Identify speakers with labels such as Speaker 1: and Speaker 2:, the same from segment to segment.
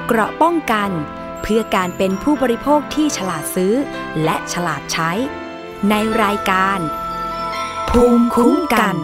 Speaker 1: เกราะป้องกันเพื่อการเป็นผู้บริโภคที่ฉลาดซื้อและฉลาดใช้ในรายการภูมิคุ้มกัน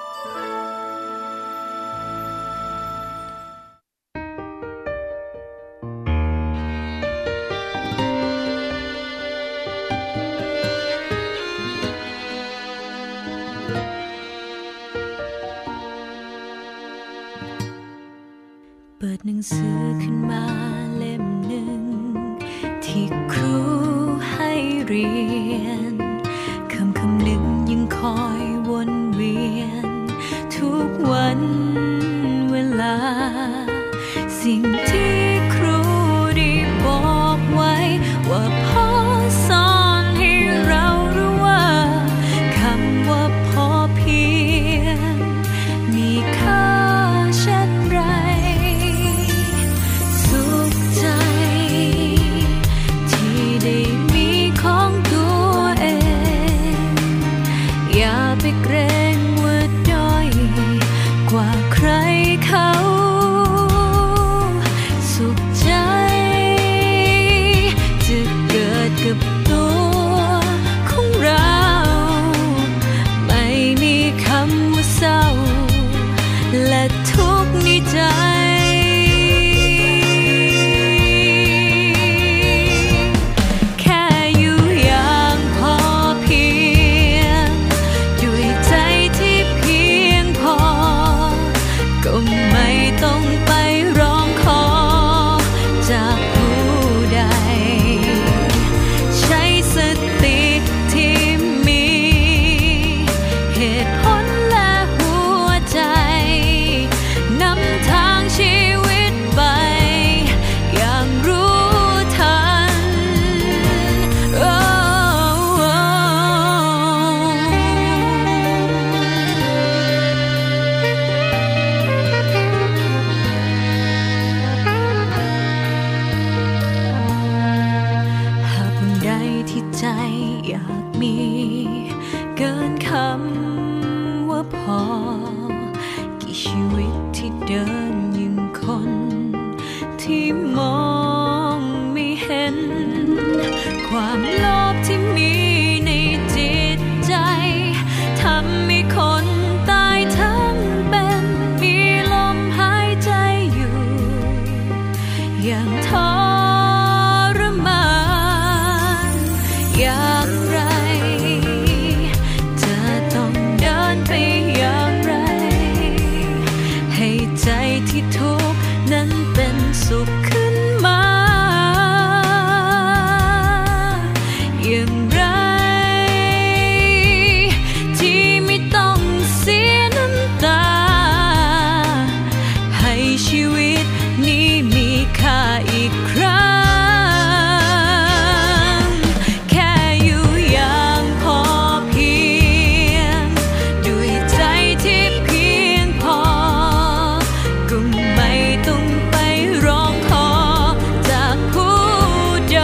Speaker 2: เปิดหนังสือขึ้นมาเล่มหนึ่งที่ครูให้เรียนคำหนึ่งยังคอยวนเวียนทุกวันเวลาสิ่งที่ครูได้บอกไว้ว่าพ่อสอนให้เรารู้ว่าคำว่าพอเพียงมีค่าเช่นไรสุขใจที่ได้มีของตัวเองอย่าไปเกรงว่าด้อยกว่าใครเขาสุขใจจะเกิดกับตัวของเราไม่มีคำว่าเศร้าและทุกข์ในใจแค่อยู่อย่างพอเพียงด้วยใจที่เพียงพอก็ไม่ต้องไปร้องขอจากผู้ใดใช้สติที่มีเหตุผลและหัวใจนำทางชีวิตไปอย่างรู้ทันหากวันใดที่ใจอยากมีเกินคำว่าพอกี่ชีวิตที่เดินยิงคนที่มองไม่เห็นความโลภที่มีในจิตใจทำให้คนตายทั้งเป็นมีลมหายใจอยู่อย่างทรมานอย่างไรจะต้องเดินไปอย่างไรให้ใจที่ทุกข์นั้นเป็นสุขขึ้นมาอย่างไรที่ไม่ต้องเสียน้ำตาให้ชีวิตนี้มีค่าอีกครั้งแค่อยู่อย่างพอเพียงด้วยใจที่เพียงพอก็ไม่ต้องไปร้องขอจากผู้ใด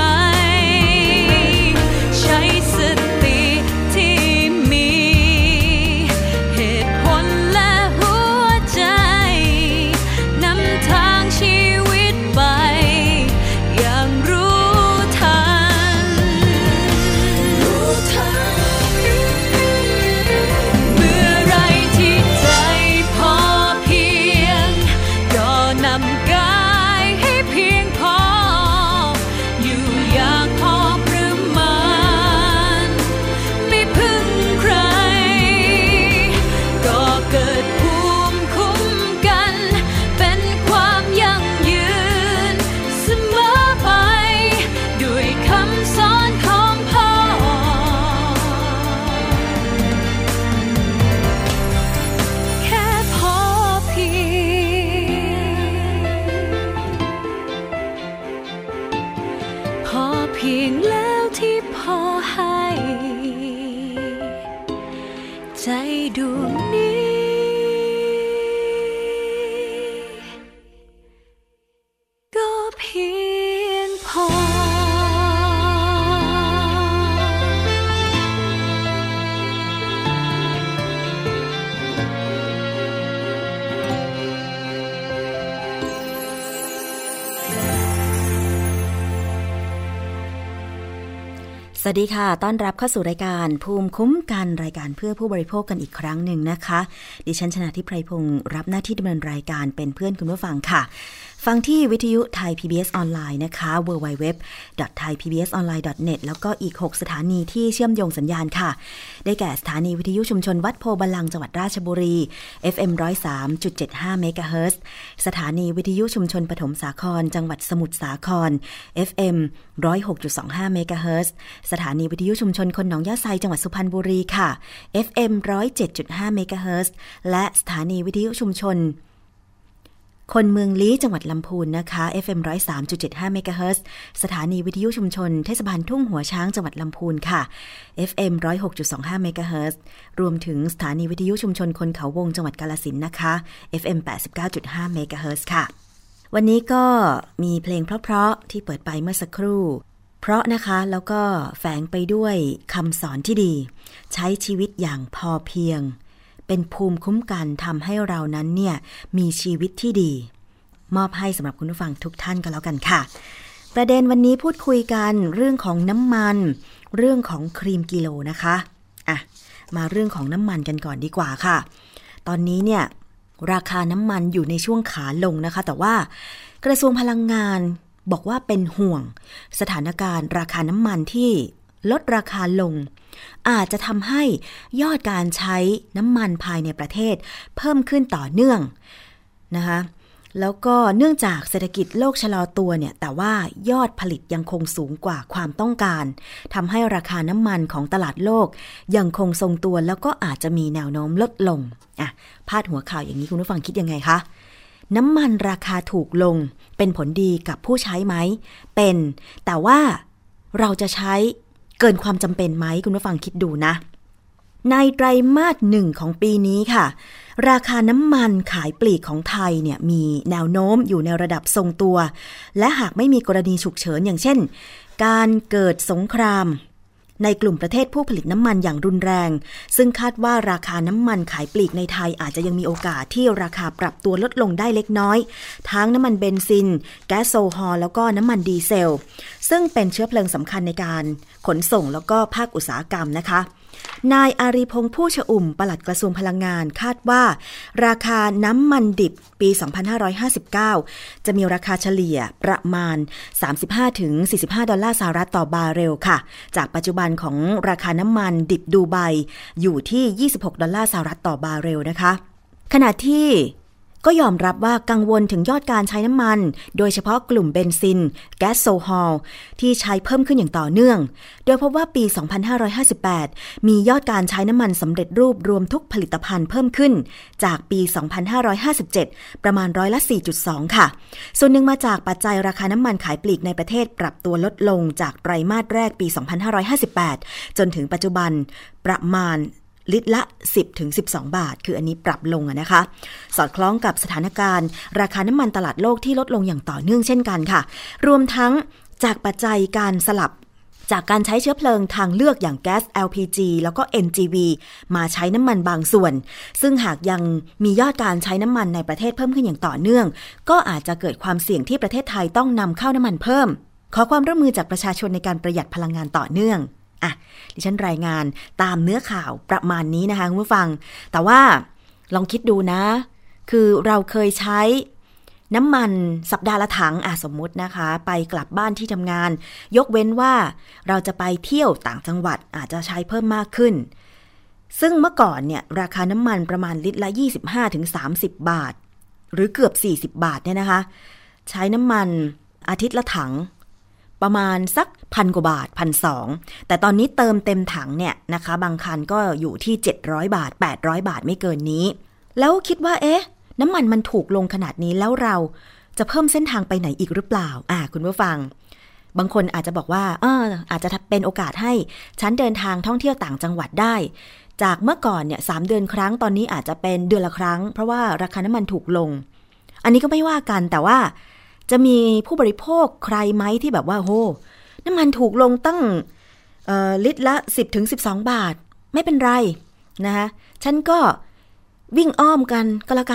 Speaker 2: ใช้สติที่มีเหตุผลและหัวใจนำทางชีวิตไปอย่างรู้ทันเมื่อไรที่ใจพอเพียงก็นำกายให้เพียงพออยู่อย่างพอประมาณไม่พึ่งใครก็เกิดภูมิคุ้มกันเป็นความยั่งยืนเสมอไปด้วยคำสอนของพ่อแค่พอเพียงพอเพียงแล้วที่พอให้ใจดวงนี้ก็เพียงพอ
Speaker 3: คสวัสดีค่ะต้อนรับเข้าสู่รายการภูมิคุ้มกันรายการเพื่อผู้บริโภคกันอีกครั้งหนึ่งนะคะดิฉันชนาธิไพรพงศ์รับหน้าที่ดำเนินรายการเป็นเพื่อนคุณผู้ฟังค่ะฟังที่วิทยุไทย PBS ออนไลน์นะคะ www.thaipbsonline.net แล้วก็อีก6สถานีที่เชื่อมโยงสัญญาณค่ะได้แก่สถานีวิทยุชุมชนวัดโพบัลลังก์จังหวัดราชบุรี FM 103.75 เมกะเฮิรตซ์สถานีวิทยุชุมชนปฐมสาครจังหวัดสมุทรสาคร FM 106.25 เมกะเฮิรตซ์สถานีวิทยุชุมชนคนหนองยะไซจังหวัดสุพรรณบุรีค่ะ FM 107.5 เมกะเฮิรตซ์และสถานีวิทยุชุมชนคนเมืองลี้จังหวัดลำพูนนะคะ FM 103.75 เมกะเฮิรตซ์สถานีวิทยุชุมชนเทศบาลทุ่งหัวช้างจังหวัดลำพูนค่ะ FM 106.25 เมกะเฮิรตซ์รวมถึงสถานีวิทยุชุมชนคนเขาวงจังหวัดกาฬสินธุ์นะคะ FM 89.5 เมกะเฮิรตซ์ค่ะวันนี้ก็มีเพลงเพราะๆที่เปิดไปเมื่อสักครู่เพราะนะคะแล้วก็แฝงไปด้วยคำสอนที่ดีใช้ชีวิตอย่างพอเพียงเป็นภูมิคุ้มกันทำให้เรานั้นเนี่ยมีชีวิตที่ดีมอบให้สำหรับคุณผู้ฟังทุกท่านกันแล้วกันค่ะประเด็นวันนี้พูดคุยกันเรื่องของน้ำมันเรื่องของครีมกิโลนะคะมาเรื่องของน้ำมันกันก่อนดีกว่าค่ะตอนนี้เนี่ยราคาน้ำมันอยู่ในช่วงขาลงนะคะแต่ว่ากระทรวงพลังงานบอกว่าเป็นห่วงสถานการณ์ราคาน้ำมันที่ลดราคาลงอาจจะทำให้ยอดการใช้น้ำมันภายในประเทศเพิ่มขึ้นต่อเนื่องนะคะแล้วก็เนื่องจากเศรษฐกิจโลกชะลอตัวเนี่ยแต่ว่ายอดผลิตยังคงสูงกว่าความต้องการทำให้ราคาน้ำมันของตลาดโลกยังคงทรงตัวแล้วก็อาจจะมีแนวโน้มลดลงพาดหัวข่าวอย่างนี้คุณผู้ฟังคิดยังไงคะน้ำมันราคาถูกลงเป็นผลดีกับผู้ใช้ไหมเป็นแต่ว่าเราจะใช้เกินความจำเป็นไหมคุณผู้ฟังคิดดูนะในไตรมาส1ของปีนี้ค่ะราคาน้ำมันขายปลีกของไทยเนี่ยมีแนวโน้มอยู่ในระดับทรงตัวและหากไม่มีกรณีฉุกเฉินอย่างเช่นการเกิดสงครามในกลุ่มประเทศผู้ผลิตน้ำมันอย่างรุนแรงซึ่งคาดว่าราคาน้ำมันขายปลีกในไทยอาจจะยังมีโอกาสที่ราคาปรับตัวลดลงได้เล็กน้อยทั้งน้ำมันเบนซินแก๊สโซฮอลแล้วก็น้ำมันดีเซลซึ่งเป็นเชื้อเพลิงสำคัญในการขนส่งแล้วก็ภาคอุตสาหกรรมนะคะนายอารีพงษ์ผู้ฉอุ่มปลัดกระทรวงพลังงานคาดว่าราคาน้ำมันดิบปี 2559 จะมีราคาเฉลี่ยประมาณ 35-45 ดอลลาร์สหรัฐต่อบาร์เรลค่ะจากปัจจุบันของราคาน้ำมันดิบดูไบอยู่ที่ 26 ดอลลาร์สหรัฐต่อบาร์เรลนะคะขณะที่ก็ยอมรับว่ากังวลถึงยอดการใช้น้ำมันโดยเฉพาะกลุ่มเบนซินแก๊สโซฮอลที่ใช้เพิ่มขึ้นอย่างต่อเนื่องโดยพบว่าปี 2558 มียอดการใช้น้ำมันสำเร็จรูปรวมทุกผลิตภัณฑ์เพิ่มขึ้นจากปี 2557 ประมาณ4.2% ค่ะส่วนหนึ่งมาจากปัจจัยราคาน้ำมันขายปลีกในประเทศปรับตัวลดลงจากไตรมาสแรกปี 2558 จนถึงปัจจุบันประมาณลิตรละ 10-12 บาทคืออันนี้ปรับลงนะคะสอดคล้องกับสถานการณ์ราคาน้ำมันตลาดโลกที่ลดลงอย่างต่อเนื่องเช่นกันค่ะรวมทั้งจากปัจจัยการสลับจากการใช้เชื้อเพลิงทางเลือกอย่างแก๊ส LPG แล้วก็ NGV มาใช้น้ำมันบางส่วนซึ่งหากยังมียอดการใช้น้ำมันในประเทศเพิ่มขึ้นอย่างต่อเนื่องก็อาจจะเกิดความเสี่ยงที่ประเทศไทยต้องนำเข้าน้ำมันเพิ่มขอความร่วมมือจากประชาชนในการประหยัดพลังงานต่อเนื่องดิฉันรายงานตามเนื้อข่าวประมาณนี้นะคะคุณผู้ฟังแต่ว่าลองคิดดูนะคือเราเคยใช้น้ำมันสัปดาห์ละถังสมมุตินะคะไปกลับบ้านที่ทำงานยกเว้นว่าเราจะไปเที่ยวต่างจังหวัดอาจจะใช้เพิ่มมากขึ้นซึ่งเมื่อก่อนเนี่ยราคาน้ำมันประมาณลิตรละ 25-30 บาทหรือเกือบ40 บาทเนี่ยนะคะใช้น้ำมันอาทิตย์ละถังประมาณสัก1,000 กว่าบาท 1,200 แต่ตอนนี้เติมเต็มถังเนี่ยนะคะบางคันก็อยู่ที่700 บาท800 บาทไม่เกินนี้แล้วคิดว่าน้ำมันถูกลงขนาดนี้แล้วเราจะเพิ่มเส้นทางไปไหนอีกหรือเปล่าคุณผู้ฟังบางคนอาจจะบอกว่าอาจจะเป็นโอกาสให้ฉันเดินทางท่องเที่ยวต่างจังหวัดได้จากเมื่อก่อนเนี่ย3 เดือนครั้งตอนนี้อาจจะเป็นเดือนละครั้งเพราะว่าราคาน้ำมันถูกลงอันนี้ก็ไม่ว่ากันแต่ว่าจะมีผู้บริโภคใครไหมที่แบบว่าโหน้ำมันถูกลงตั้งลิตรละ 10-12 บาทไม่เป็นไรนะคะฉันก็วิ่งอ้อมกันก็แล้วกัน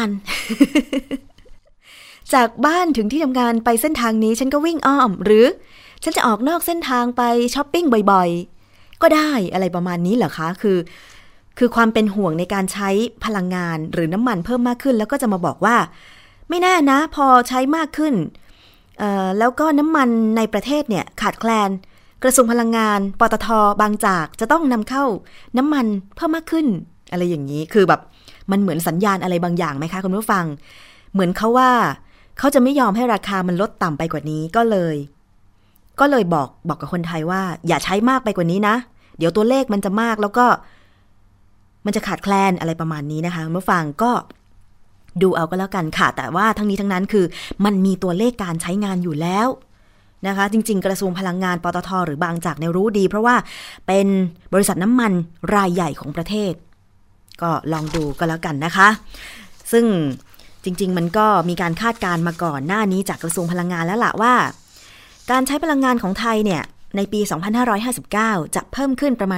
Speaker 3: จากบ้านถึงที่ทำงานไปเส้นทางนี้ฉันก็วิ่งอ้อมหรือฉันจะออกนอกเส้นทางไปช้อปปิ้งบ่อยก็ได้อะไรประมาณนี้เหรอคะคือความเป็นห่วงในการใช้พลังงานหรือน้ำมันเพิ่มมากขึ้นแล้วก็จะมาบอกว่าไม่แน่นะพอใช้มากขึ้นแล้วก็น้ำมันในประเทศเนี่ยขาดแคลนกระทรวงพลังงานปตท.บางจากจะต้องนำเข้าน้ำมันเพิ่มมากขึ้นอะไรอย่างนี้คือแบบมันเหมือนสัญญาณอะไรบางอย่างไหมคะคุณผู้ฟังเหมือนเขาว่าเขาจะไม่ยอมให้ราคามันลดต่ำไปกว่านี้ก็เลยบอกกับคนไทยว่าอย่าใช้มากไปกว่านี้นะเดี๋ยวตัวเลขมันจะมากแล้วก็มันจะขาดแคลนอะไรประมาณนี้นะคะคุณผู้ฟังก็ดูเอาก็แล้วกันค่ะแต่ว่าทั้งนี้ทั้งนั้นคือมันมีตัวเลขการใช้งานอยู่แล้วนะคะจริงๆกระทรวงพลังงานปตท.หรือบางจากเนี่ยรู้ดีเพราะว่าเป็นบริษัทน้ำมันรายใหญ่ของประเทศก็ลองดูก็แล้วกันนะคะซึ่งจริงๆมันก็มีการคาดการณ์มาก่อนหน้านี้จากกระทรวงพลังงานแล้วล่ะว่าการใช้พลังงานของไทยเนี่ยในปี 2559 จะเพิ่มขึ้นประมาณ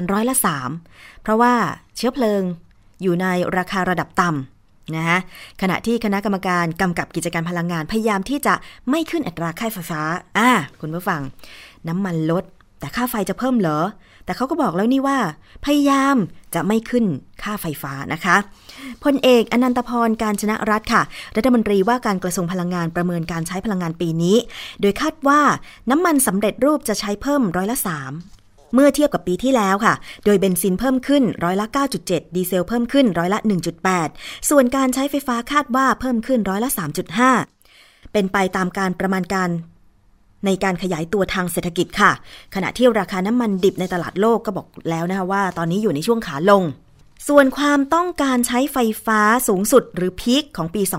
Speaker 3: 3%เพราะว่าเชื้อเพลิงอยู่ในราคาระดับต่ำนะคะขณะที่คณะกรรมการกำกับกิจการพลังงานพยายามที่จะไม่ขึ้นอัตราค่าไฟฟ้าคุณผู้ฟังน้ำมันลดแต่ค่าไฟจะเพิ่มเหรอแต่เขาก็บอกแล้วนี่ว่าพยายามจะไม่ขึ้นค่าไฟฟ้านะคะพลเอกอนันตพร การชนะรัตน์ค่ะรัฐมนตรีว่าการกระทรวงพลังงานประเมินการใช้พลังงานปีนี้โดยคาดว่าน้ำมันสำเร็จรูปจะใช้เพิ่ม3%เมื่อเทียบกับปีที่แล้วค่ะโดยเบนซินเพิ่มขึ้น9.7%ดีเซลเพิ่มขึ้น1.8%ส่วนการใช้ไฟฟ้าคาดว่าเพิ่มขึ้น3.5%เป็นไปตามการประมาณการในการขยายตัวทางเศรษฐกิจค่ะขณะที่ราคาน้ำมันดิบในตลาดโลกก็บอกแล้วนะคะว่าตอนนี้อยู่ในช่วงขาลงส่วนความต้องการใช้ไฟฟ้าสูงสุดหรือพีคของปี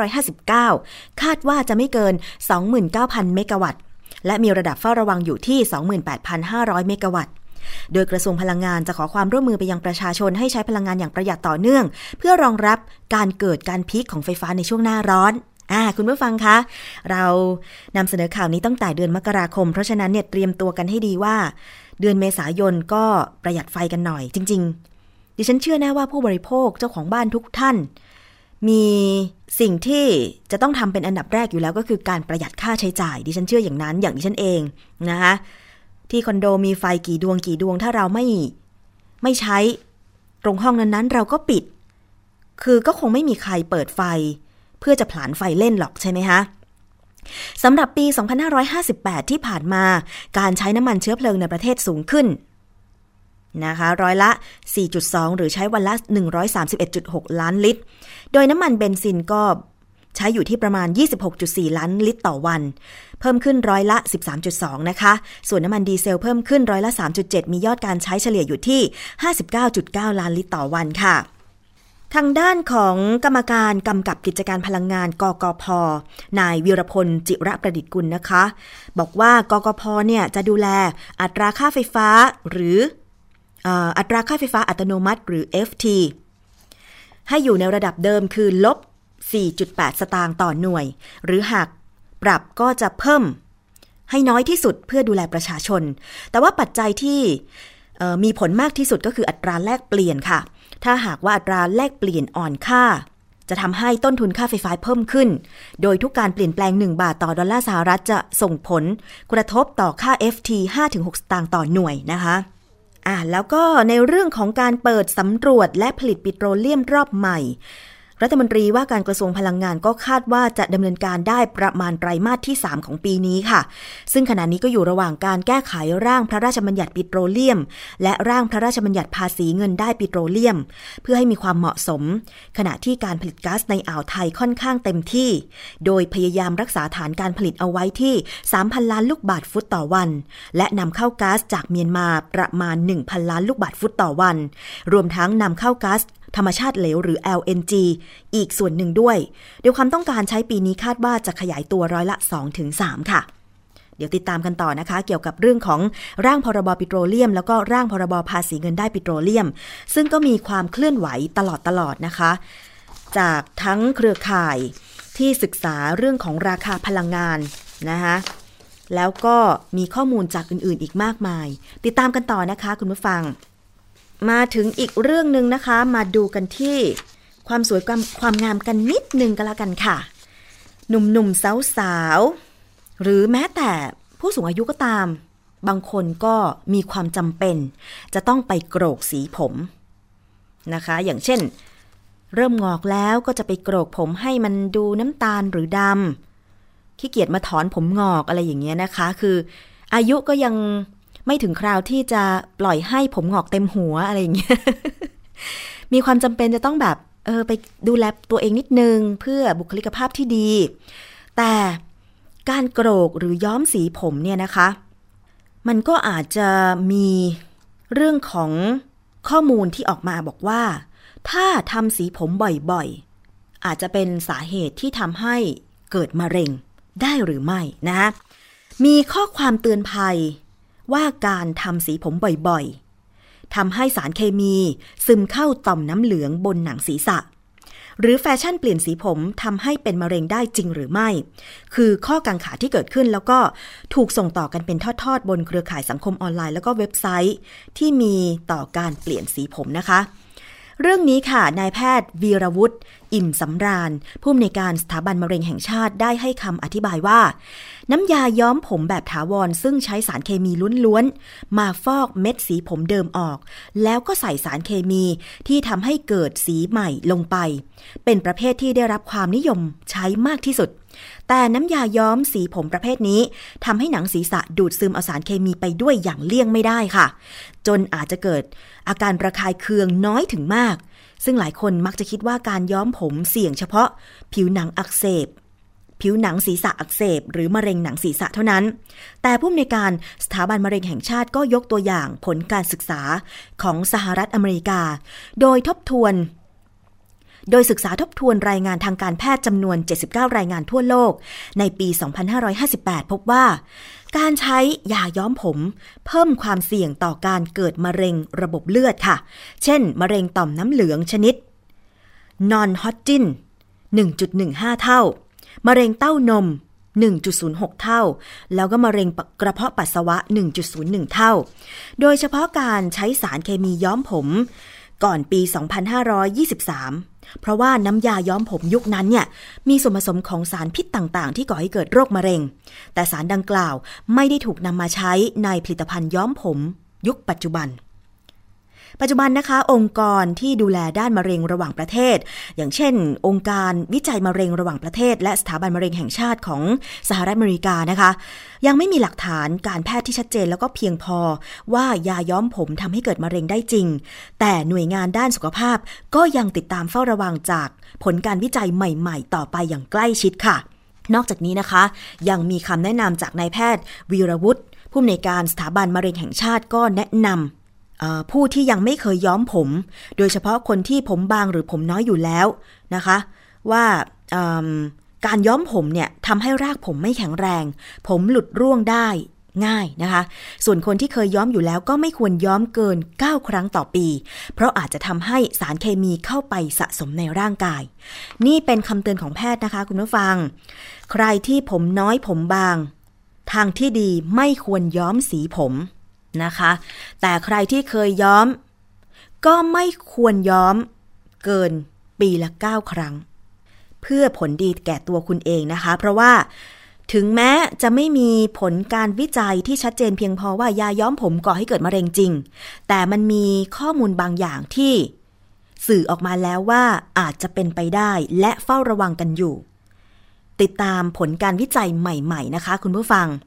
Speaker 3: 2559 คาดว่าจะไม่เกิน 29,000 เมกะวัตต์และมีระดับเฝ้าระวังอยู่ที่ 28,500 เมกะวัตต์โดยกระทรวงพลังงานจะขอความร่วมมือไปยังประชาชนให้ใช้พลังงานอย่างประหยัดต่อเนื่องเพื่อรองรับการเกิดการพีคของไฟฟ้าในช่วงหน้าร้อนคุณผู้ฟังคะเรานำเสนอข่าวนี้ตั้งแต่เดือนมกราคมเพราะฉะนั้นเนี่ยเตรียมตัวกันให้ดีว่าเดือนเมษายนก็ประหยัดไฟกันหน่อยจริงๆดิฉันเชื่อแน่ว่าผู้บริโภคเจ้าของบ้านทุกท่านมีสิ่งที่จะต้องทำเป็นอันดับแรกอยู่แล้วก็คือการประหยัดค่าใช้จ่ายดิฉันเชื่ออย่างนั้นอย่างดิฉันเองนะคะที่คอนโดมีไฟกี่ดวงถ้าเราไม่ใช้ตรงห้องนั้นๆเราก็ปิดคือก็คงไม่มีใครเปิดไฟเพื่อจะผลาญไฟเล่นหรอกใช่ไหมคะสำหรับปี 2558 ที่ผ่านมาการใช้น้ำมันเชื้อเพลิงในประเทศสูงขึ้นนะคะร้อยละ 4.2 หรือใช้วันละ 131.6 ล้านลิตรโดยน้ำมันเบนซินก็ใช้อยู่ที่ประมาณ 26.4 ล้านลิตรต่อวันเพิ่มขึ้นร้อยละ 13.2 นะคะส่วนน้ำมันดีเซลเพิ่มขึ้นร้อยละ 3.7 มียอดการใช้เฉลี่ยอยู่ที่ 59.9 ล้านลิตรต่อวันค่ะทางด้านของกรรมการกำกับกิจการพลังงานกกพ.นายวีรพลจิระประดิษฐ์กุลนะคะบอกว่ากกพ.เนี่ยจะดูแลอัตราค่าไฟฟ้าหรืออัตราค่าไฟฟ้าอัตโนมัติหรือ FT ให้อยู่ในระดับเดิมคือลบ 4.8 สตางค์ต่อหน่วยหรือหากปรับก็จะเพิ่มให้น้อยที่สุดเพื่อดูแลประชาชนแต่ว่าปัจจัยที่มีผลมากที่สุดก็คืออัตราแลกเปลี่ยนค่ะถ้าหากว่าอัตราแลกเปลี่ยนอ่อนค่าจะทำให้ต้นทุนค่าไฟฟ้าเพิ่มขึ้นโดยทุกการเปลี่ยนแปลง1บาทต่อดอลลาร์สหรัฐจะส่งผลกระทบต่อค่า FT 5-6 สตางค์ต่อหน่วยนะคะแล้วก็ในเรื่องของการเปิดสำรวจและผลิตปิโตรเลียมรอบใหม่รัฐมนตรีว่าการกระทรวงพลังงานก็คาดว่าจะดำเนินการได้ประมาณไตรมาสที่3ของปีนี้ค่ะซึ่งขณะนี้ก็อยู่ระหว่างการแก้ไขร่างพระราชบัญญัติปิโตรเลียมและร่างพระราชบัญญัติภาษีเงินได้ปิโตรเลียมเพื่อให้มีความเหมาะสมขณะที่การผลิตก๊าซในอ่าวไทยค่อนข้างเต็มที่โดยพยายามรักษาฐานการผลิตเอาไว้ที่ 3,000 ล้านลูกบาศก์ฟุตต่อวันและนำเข้าก๊าซจากเมียนมาประมาณ 1,000 ล้านลูกบาศก์ฟุตต่อวันรวมทั้งนำเข้าก๊าซธรรมชาติเหลวหรือ LNG อีกส่วนหนึ่งด้วยโดยความต้องการใช้ปีนี้คาดว่าจะขยายตัวร้อยละ 2-3 ค่ะเดี๋ยวติดตามกันต่อนะคะเกี่ยวกับเรื่องของร่างพรบปิโตรเลียมแล้วก็ร่างพรบภาษีเงินได้ปิโตรเลียมซึ่งก็มีความเคลื่อนไหวตลอดนะคะจากทั้งเครือข่ายที่ศึกษาเรื่องของราคาพลังงานนะคะแล้วก็มีข้อมูลจากอื่นๆอีกมากมายติดตามกันต่อนะคะคุณผู้ฟังมาถึงอีกเรื่องนึงนะคะมาดูกันที่ความสวยความงามกันนิดนึงก็แล้วกันค่ะหนุ่มๆสาวๆหรือแม้แต่ผู้สูงอายุก็ตามบางคนก็มีความจำเป็นจะต้องไปโกรกสีผมนะคะอย่างเช่นเริ่มงอกแล้วก็จะไปโกรกผมให้มันดูน้ำตาลหรือดำขี้เกียจมาถอนผมงอกอะไรอย่างเงี้ยนะคะคืออายุก็ยังไม่ถึงคราวที่จะปล่อยให้ผมงอกเต็มหัวอะไรอย่างเงี้ย มีความจำเป็นจะต้องแบบไปดูแลตัวเองนิดนึงเพื่อบุคลิกภาพที่ดีแต่การโกรกหรือย้อมสีผมเนี่ยนะคะมันก็อาจจะมีเรื่องของข้อมูลที่ออกมาบอกว่าถ้าทำสีผมบ่อยๆอาจจะเป็นสาเหตุที่ทำให้เกิดมะเร็งได้หรือไม่นะมีข้อความเตือนภัยว่าการทำสีผมบ่อยๆทำให้สารเคมีซึมเข้าต่อมน้ำเหลืองบนหนังศีรษะหรือแฟชั่นเปลี่ยนสีผมทำให้เป็นมะเร็งได้จริงหรือไม่คือข้อกังขาที่เกิดขึ้นแล้วก็ถูกส่งต่อกันเป็นทอดๆบนเครือข่ายสังคมออนไลน์แล้วก็เว็บไซต์ที่มีต่อการเปลี่ยนสีผมนะคะเรื่องนี้ค่ะนายแพทย์วีรวุฒิอิ่มสำราญผู้อำนวยการสถาบันมะเร็งแห่งชาติได้ให้คำอธิบายว่าน้ำยาย้อมผมแบบถาวรซึ่งใช้สารเคมีล้วนๆมาฟอกเม็ดสีผมเดิมออกแล้วก็ใส่สารเคมีที่ทำให้เกิดสีใหม่ลงไปเป็นประเภทที่ได้รับความนิยมใช้มากที่สุดแต่น้ำยาย้อมสีผมประเภทนี้ทำให้หนังศีรษะดูดซึมเอาสารเคมีไปด้วยอย่างเลี่ยงไม่ได้ค่ะจนอาจจะเกิดอาการระคายเคืองน้อยถึงมากซึ่งหลายคนมักจะคิดว่าการย้อมผมเสี่ยงเฉพาะผิวหนังอักเสบผิวหนังศีรษะอักเสบหรือมะเร็งหนังศีรษะเท่านั้นแต่ผู้อำนวยการสถาบันมะเร็งแห่งชาติก็ยกตัวอย่างผลการศึกษาของสหรัฐอเมริกาโดยศึกษาทบทวนรายงานทางการแพทย์จำนวน79รายงานทั่วโลกในปี 2558 พบว่าการใช้ยาย้อมผมเพิ่มความเสี่ยงต่อการเกิดมะเร็งระบบเลือดค่ะเช่นมะเร็งต่อมน้ำเหลืองชนิด non-Hodgkin 1.15 เท่ามะเร็งเต้านม 1.06 เท่าแล้วก็มะเร็งกระเพาะปัสสาวะ 1.01 เท่าโดยเฉพาะการใช้สารเคมีย้อมผมก่อนปี 2523 เพราะว่าน้ำยาย้อมผมยุคนั้นเนี่ยมีส่วนผสมของสารพิษต่างๆที่ก่อให้เกิดโรคมะเร็งแต่สารดังกล่าวไม่ได้ถูกนำมาใช้ในผลิตภัณฑ์ย้อมผมยุคปัจจุบันนะคะองค์กรที่ดูแลด้านมะเร็งระหว่างประเทศอย่างเช่นองค์การวิจัยมะเร็งระหว่างประเทศและสถาบันมะเร็งแห่งชาติของสหรัฐอเมริกานะคะยังไม่มีหลักฐานการแพทย์ที่ชัดเจนแล้วก็เพียงพอว่ายาย้อมผมทำให้เกิดมะเร็งได้จริงแต่หน่วยงานด้านสุขภาพก็ยังติดตามเฝ้าระวังจากผลการวิจัยใหม่ๆต่อไปอย่างใกล้ชิดค่ะนอกจากนี้นะคะยังมีคำแนะนำจากนายแพทย์วีรวุฒิผู้อำนวยการสถาบันมะเร็งแห่งชาติก็แนะนำผู้ที่ยังไม่เคยย้อมผมโดยเฉพาะคนที่ผมบางหรือผมน้อยอยู่แล้วนะคะว่าการย้อมผมเนี่ยทำให้รากผมไม่แข็งแรงผมหลุดร่วงได้ง่ายนะคะส่วนคนที่เคยย้อมอยู่แล้วก็ไม่ควรย้อมเกิน9ครั้งต่อปีเพราะอาจจะทำให้สารเคมีเข้าไปสะสมในร่างกายนี่เป็นคำเตือนของแพทย์นะคะคุณผู้ฟังใครที่ผมน้อยผมบางทางที่ดีไม่ควรย้อมสีผมนะคะแต่ใครที่เคยย้อมก็ไม่ควรย้อมเกินปีละ9ครั้งเพื่อผลดีแก่ตัวคุณเองนะคะเพราะว่าถึงแม้จะไม่มีผลการวิจัยที่ชัดเจนเพียงพอว่ายาย้อมผมก่อให้เกิดมะเร็งจริงแต่มันมีข้อมูลบางอย่างที่สื่อออกมาแล้วว่าอาจจะเป็นไปได้และเฝ้าระวังกันอยู่ติดตามผลการวิจัยใหม่ๆนะคะคุณผู้ฟัง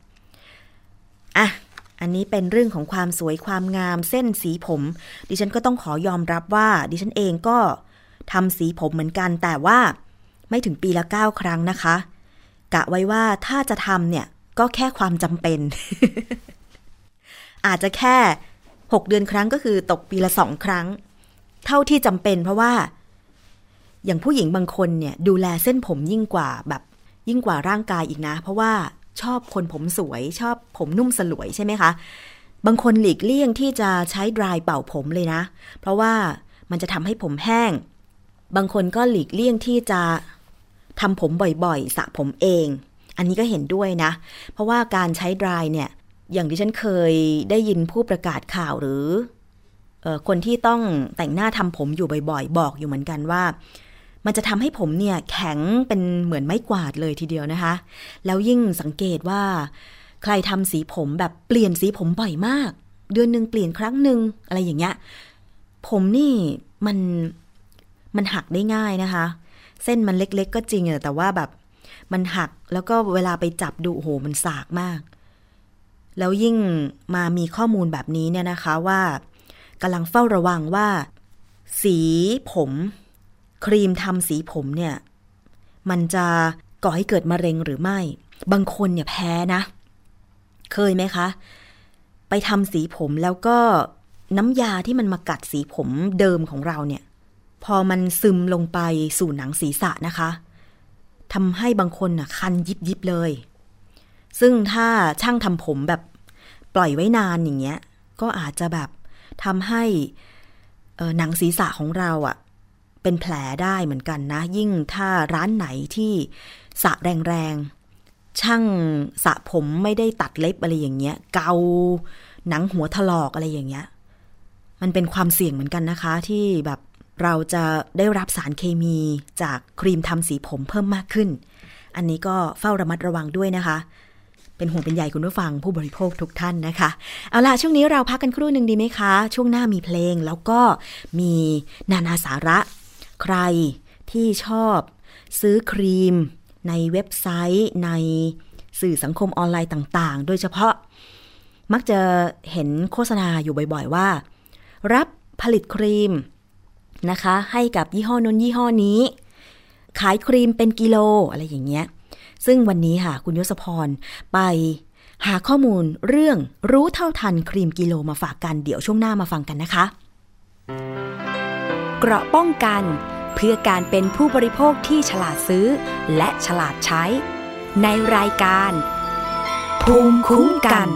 Speaker 3: อันนี้เป็นเรื่องของความสวยความงามเส้นสีผมดิฉันก็ต้องขอยอมรับว่าดิฉันเองก็ทำสีผมเหมือนกันแต่ว่าไม่ถึงปีละ9ครั้งนะคะกะไว้ว่าถ้าจะทำเนี่ยก็แค่ความจำเป็น อาจจะแค่6เดือนครั้งก็คือตกปีละ2ครั้งเท่าที่จำเป็นเพราะว่าอย่างผู้หญิงบางคนเนี่ยดูแลเส้นผมยิ่งกว่าร่างกายอีกนะเพราะว่าชอบคนผมสวยชอบผมนุ่มสลวยใช่ไหมคะบางคนหลีกเลี่ยงที่จะใช้ดรายเป่าผมเลยนะเพราะว่ามันจะทำให้ผมแห้งบางคนก็หลีกเลี่ยงที่จะทำผมบ่อยๆสระผมเองอันนี้ก็เห็นด้วยนะเพราะว่าการใช้ดรายเนี่ยอย่างที่ฉันเคยได้ยินผู้ประกาศข่าวหรือคนที่ต้องแต่งหน้าทำผมอยู่บ่อยๆบอกอยู่เหมือนกันว่ามันจะทำให้ผมเนี่ยแข็งเป็นเหมือนไม้กวาดเลยทีเดียวนะคะแล้วยิ่งสังเกตว่าใครทำสีผมแบบเปลี่ยนสีผมบ่อยมากเดือนนึงเปลี่ยนครั้งนึงอะไรอย่างเงี้ยผมนี่มันหักได้ง่ายนะคะเส้นมันเล็กๆก็จริงแต่ว่าแบบมันหักแล้วก็เวลาไปจับดูโอ้โหมันสากมากแล้วยิ่งมามีข้อมูลแบบนี้เนี่ยนะคะว่ากำลังเฝ้าระวังว่าสีผมครีมทำสีผมเนี่ยมันจะก่อให้เกิดมะเร็งหรือไม่บางคนเนี่ยแพ้นะเคยไหมคะไปทำสีผมแล้วก็น้ำยาที่มันมากัดสีผมเดิมของเราเนี่ยพอมันซึมลงไปสู่หนังศีรษะนะคะทำให้บางคนน่ะคันยิบเลยซึ่งถ้าช่างทำผมแบบปล่อยไว้นานอย่างเงี้ยก็อาจจะแบบทำให้หนังศีรษะของเราอ่ะเป็นแผลได้เหมือนกันนะยิ่งถ้าร้านไหนที่สระแรงๆช่างสระผมไม่ได้ตัดเล็บอะไรอย่างเงี้ยเกาหนังหัวถลอกอะไรอย่างเงี้ยมันเป็นความเสี่ยงเหมือนกันนะคะที่แบบเราจะได้รับสารเคมีจากครีมทำสีผมเพิ่มมากขึ้นอันนี้ก็เฝ้าระมัดระวังด้วยนะคะเป็นห่วงเป็นใยคุณผู้ฟังผู้บริโภคทุกท่านนะคะเอาล่ะช่วงนี้เราพักกันครู่นึงดีไหมคะช่วงหน้ามีเพลงแล้วก็มีนานาสาระใครที่ชอบซื้อครีมในเว็บไซต์ในสื่อสังคมออนไลน์ต่างๆโดยเฉพาะมักจะเห็นโฆษณาอยู่บ่อยๆว่ารับผลิตครีมนะคะให้กับยี่ห้อนู้นยี่ห้อนี้ขายครีมเป็นกิโลอะไรอย่างเงี้ยซึ่งวันนี้ค่ะคุณยศพรไปหาข้อมูลเรื่องรู้เท่าทันครีมกิโลมาฝากกันเดี๋ยวช่วงหน้ามาฟังกันนะคะ
Speaker 1: เกราะป้องกันเพื่อการเป็นผู้บริโภคที่ฉลาดซื้อและฉลาดใช้ในรายการภูมิคุ้มกัน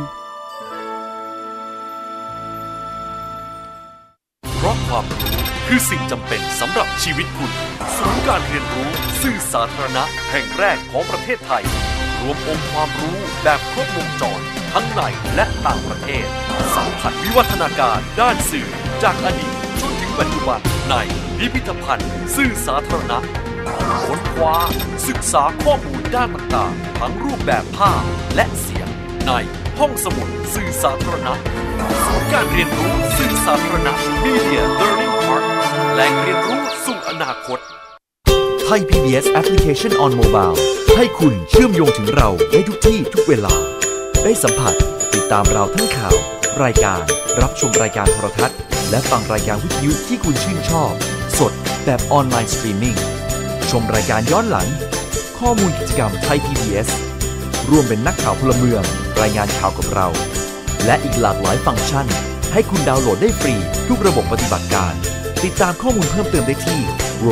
Speaker 4: เพราะความรู้คือสิ่งจำเป็นสำหรับชีวิตคุณศูนย์การเรียนรู้สื่อสาธารณะแห่งแรกของประเทศไทยรวมองค์ความรู้แบบครบวงจรทั้งในและต่างประเทศสัมผัสวิวัฒนาการด้านสื่อจากอดีตจนถึงปัจจุบันในพิพิธภัณฑ์สื่อสาธารณะค้นคว้าศึกษาข้อมูลด้านต่างๆทั้งรูปแบบภาพและเสียงในห้องสมุดสื่อสาธารณะศูนย์การเรียนรู้สื่อสาธารณะ Media Learning Park แหล่งเรียนรู้สู่อนาคต
Speaker 5: ไทย PBS Application on Mobile ให้คุณเชื่อมโยงถึงเราได้ทุกที่ทุกเวลาได้สัมผัสติดตามเราทั้งข่าวรายการรับชมรายการโทรทัศน์และฟังรายการวิทยุที่คุณชื่นชอบสดแบบออนไลน์สตรีมมิ่งชมรายการย้อนหลังข้อมูลกิจกรรมไทย PBS ร่วมเป็นนักข่าวพลเมืองรายงานข่าวกับเราและอีกหลากหลายฟังก์ชันให้คุณดาวน์โหลดได้ฟรีทุกระบบปฏิบัติการติดตามข้อมูลเพิ่มเติมได้ที่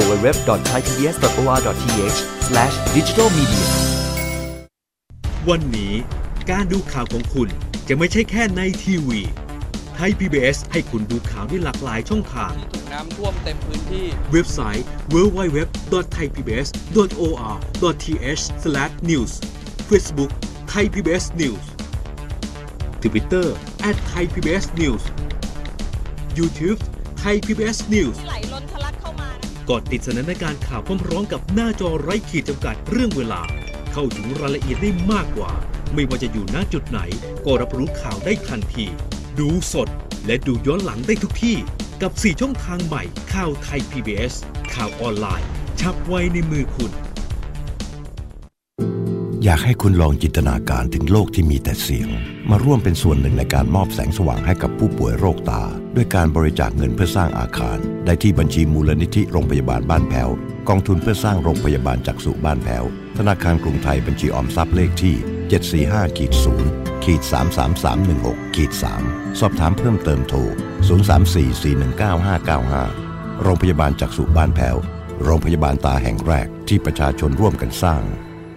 Speaker 5: www.thaipbs.or.th/digitalmedia
Speaker 6: วันนี้การดูข่าวของคุณจะไม่ใช่แค่ในทีวีไทย PBS ให้คุณดูข่าวได้หลากหลายช่องทาง
Speaker 7: ถูกน้ำท่วมเต็มพื้นที่
Speaker 6: เว็บไซต์ www.thaipbs.or.th/news Facebook Thai PBS News Twitter @thaipbsnews YouTube Thai PBS News
Speaker 7: ไหลล้นทะลักเข้ามานะ
Speaker 6: กดติดสนันในการข่าวพร้อมๆกับหน้าจอไร้ขีดจำกัดเรื่องเวลาเข้าถึงรายละเอียดได้มากกว่าไม่ว่าจะอยู่ณจุดไหนก็รับรู้ข่าวได้ทันทีดูสดและดูย้อนหลังได้ทุกที่กับ4ช่องทางใหม่ข่าวไทย PBS ข่าวออนไลน์ฉับไวในมือคุณ
Speaker 8: อยากให้คุณลองจินตนาการถึงโลกที่มีแต่เสียงมาร่วมเป็นส่วนหนึ่งในการมอบแสงสว่างให้กับผู้ป่วยโรคตาด้วยการบริจาคเงินเพื่อสร้างอาคารได้ที่บัญชีมูลนิธิโรงพยาบาลบ้านแพ้วกองทุนเพื่อสร้างโรงพยาบาลจักษุบ้านแพ้วธนาคารกรุงไทยบัญชีออมทรัพย์เลขที่ 745-0-33316-3 สอบถามเพิ่มเติมโทร 034-419-595 โรงพยาบาลจักษุบ้านแพ้วโรงพยาบาลตาแห่งแรกที่ประชาชนร่วมกันสร้าง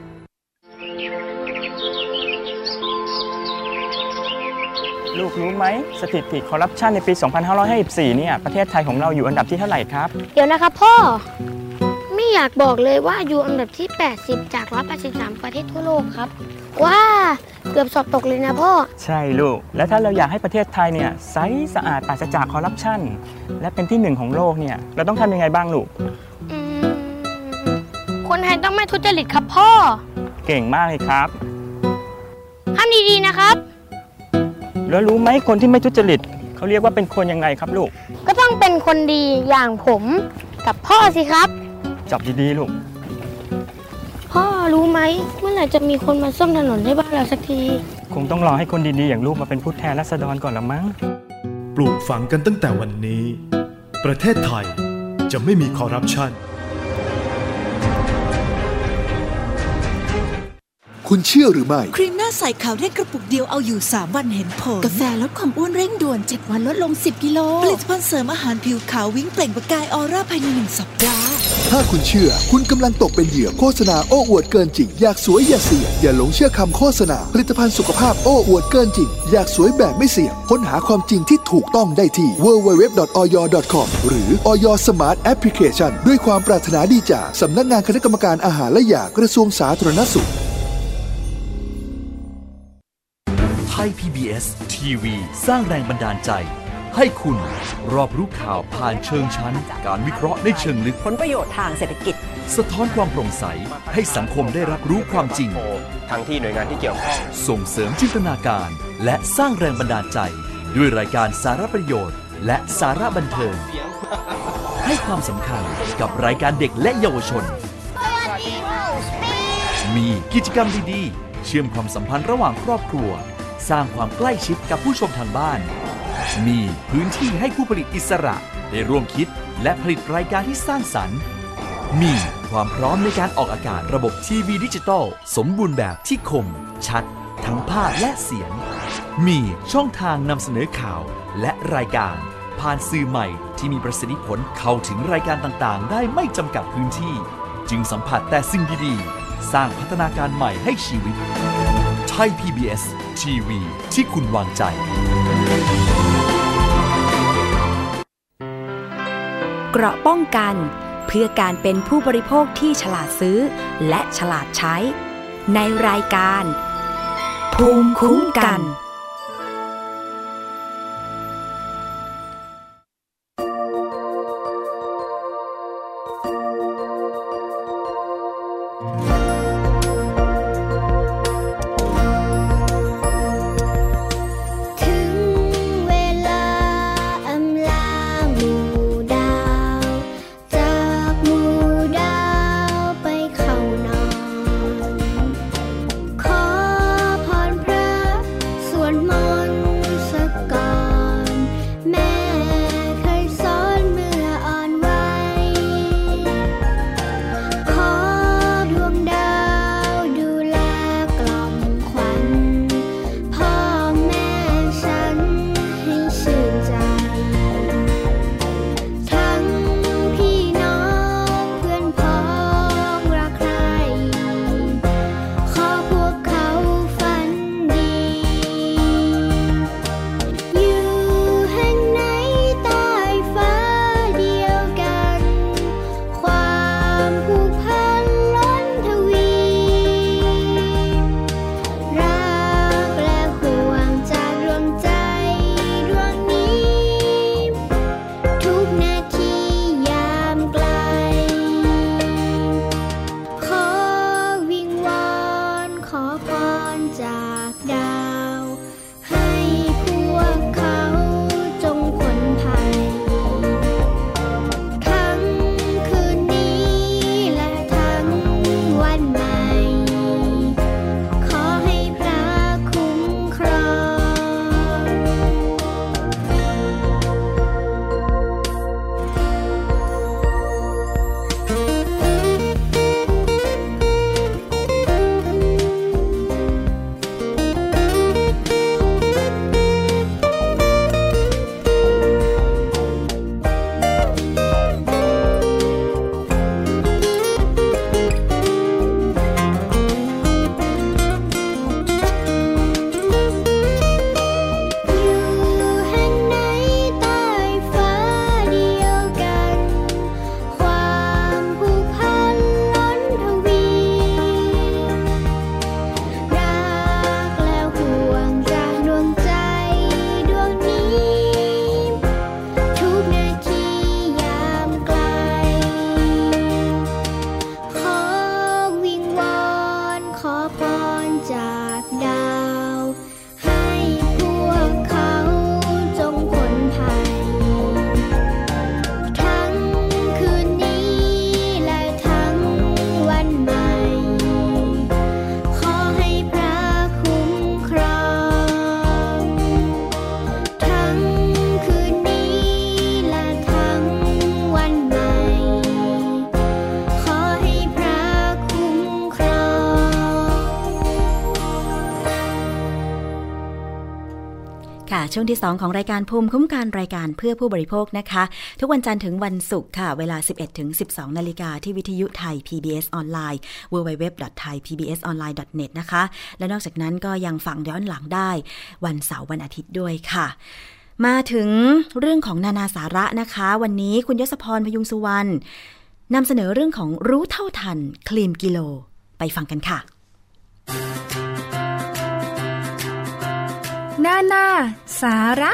Speaker 9: ลูกรู้ไหมสถิติคอร์รัปชันในปี 2554 เนี่ยประเทศไทยของเราอยู่อันดับที่เท่าไหร่ครับ
Speaker 10: เดี๋ยวนะครับพ่อไม่อยากบอกเลยว่าอยู่อันดับที่ 80 จาก 183 ประเทศทั่วโลกครับว้าเกือบสอบตกเลยนะพ่อ
Speaker 9: ใช่ลูกแล้วถ้าเราอยากให้ประเทศไทยเนี่ยใสสะอาดปราศจากคอร์รัปชันและเป็นที่1ของโลกเนี่ยเราต้องทำยังไงบ้างลูก
Speaker 10: คนไทยต้องไม่ทุจริตครับพ่อ
Speaker 9: เก่งมากเลยครับ
Speaker 10: ทำดีๆนะครับ
Speaker 9: แล้วรู้ไหมคนที่ไม่ทุจริตเขาเรียกว่าเป็นคนยังไงครับลูก
Speaker 10: ก็ต้องเป็นคนดีอย่างผมกับพ่อสิครับ
Speaker 9: จับดีๆลูก
Speaker 10: พ่อรู้ไหมเมื่อไหร่จะมีคนมาซ่อมถนนให้บ้านเราสักที
Speaker 9: คงต้องรอให้คนดีๆอย่างลูกมาเป็นผู้แทนราษฎรก่อนละมั้ง
Speaker 11: ปลูกฝังกันตั้งแต่วันนี้ประเทศไทยจะไม่มีคอร์รัปชัน
Speaker 12: คุณเชื่อหรือไม่
Speaker 13: ครีมหน้าใสขาวได้กระปุกเดียวเอาอยู่3วันเห็นผลกาแฟลดความอ้วนเร่งด่วน7วันลดลง10กิโลผลิตภัณฑ์เสริมอาหารผิวขาววิ่งเปล่งประกายออร่าภายใน1สัปดาห์
Speaker 12: ถ้าคุณเชื่อคุณกำลังตกเป็นเหยื่อโฆษณาโอ้อวดเกินจริงอยากสวยอย่าเสี่ยงอย่าหลงเชื่อคำโฆษณาผลิตภัณฑ์สุขภาพโอ้อวดเกินจริงอยากสวยแบบไม่เสี่ยงค้นหาความจริงที่ถูกต้องได้ที่ www.oyo.com หรือ Oyo Smart Application ด้วยความปรารถนาดีจากสำนักงานคณะกรรมการอาหารและยากระทรวงสาธารณสุข
Speaker 5: ไทย PBS ทีวีสร้างแรงบันดาลใจให้คุณรอบรู้ข่าวผ่านเชิงชั้นการวิเคราะห์ในเชิงลึก
Speaker 14: ผลประโยชน์ทางเศรษฐกิจ
Speaker 5: สะท้อนความโปร่งใสให้สังคมได้รับรู้ความจริง
Speaker 15: ทั้งที่หน่วยงานที่เกี่ยวข้อง
Speaker 5: ส่งเสริมจินตนาการและสร้างแรงบันดาลใจด้วยรายการสาระประโยชน์และสาระบันเทิงให้ความสำคัญกับรายการเด็กและเยาวชนมีกิจกรรมดีๆเชื่อมความสัมพันธ์ระหว่างครอบครัวสร้างความใกล้ชิดกับผู้ชมทางบ้านมีพื้นที่ให้ผู้ผลิตอิสระได้ร่วมคิดและผลิตรายการที่สร้างสรรค์มีความพร้อมในการออกอากาศระบบทีวีดิจิตอลสมบูรณ์แบบที่คมชัดทั้งภาพและเสียงมีช่องทางนำเสนอข่าวและรายการผ่านสื่อใหม่ที่มีประสิทธิผลเข้าถึงรายการต่างๆได้ไม่จำกัดพื้นที่จึงสัมผัสแต่สิ่งดีๆสร้างพัฒนาการใหม่ให้ชีวิตไทย PBS ทีวีที่คุณวางใจ
Speaker 1: เกราะป้องกันเพื่อการเป็นผู้บริโภคที่ฉลาดซื้อและฉลาดใช้ในรายการภูมิคุ้มกัน
Speaker 10: ส
Speaker 3: ค่ะช่วงที่2ของรายการภูมิคุ้มกันรายการเพื่อผู้บริโภคนะคะทุกวันจันทร์ถึงวันศุกร์ค่ะเวลา 11-12 นาฬิกาที่วิทยุไทย PBS ออนไลน์ www.thaipbsonline.net นะคะและนอกจากนั้นก็ยังฟังย้อนหลังได้วันเสาร์วันอาทิตย์ด้วยค่ะมาถึงเรื่องของนานาสาระนะคะวันนี้คุณยศพรพยุงสุวรรณนำเสนอเรื่องของรู้เท่าทันคลีนกิโลไปฟังกันค่ะ
Speaker 1: นานาสาระ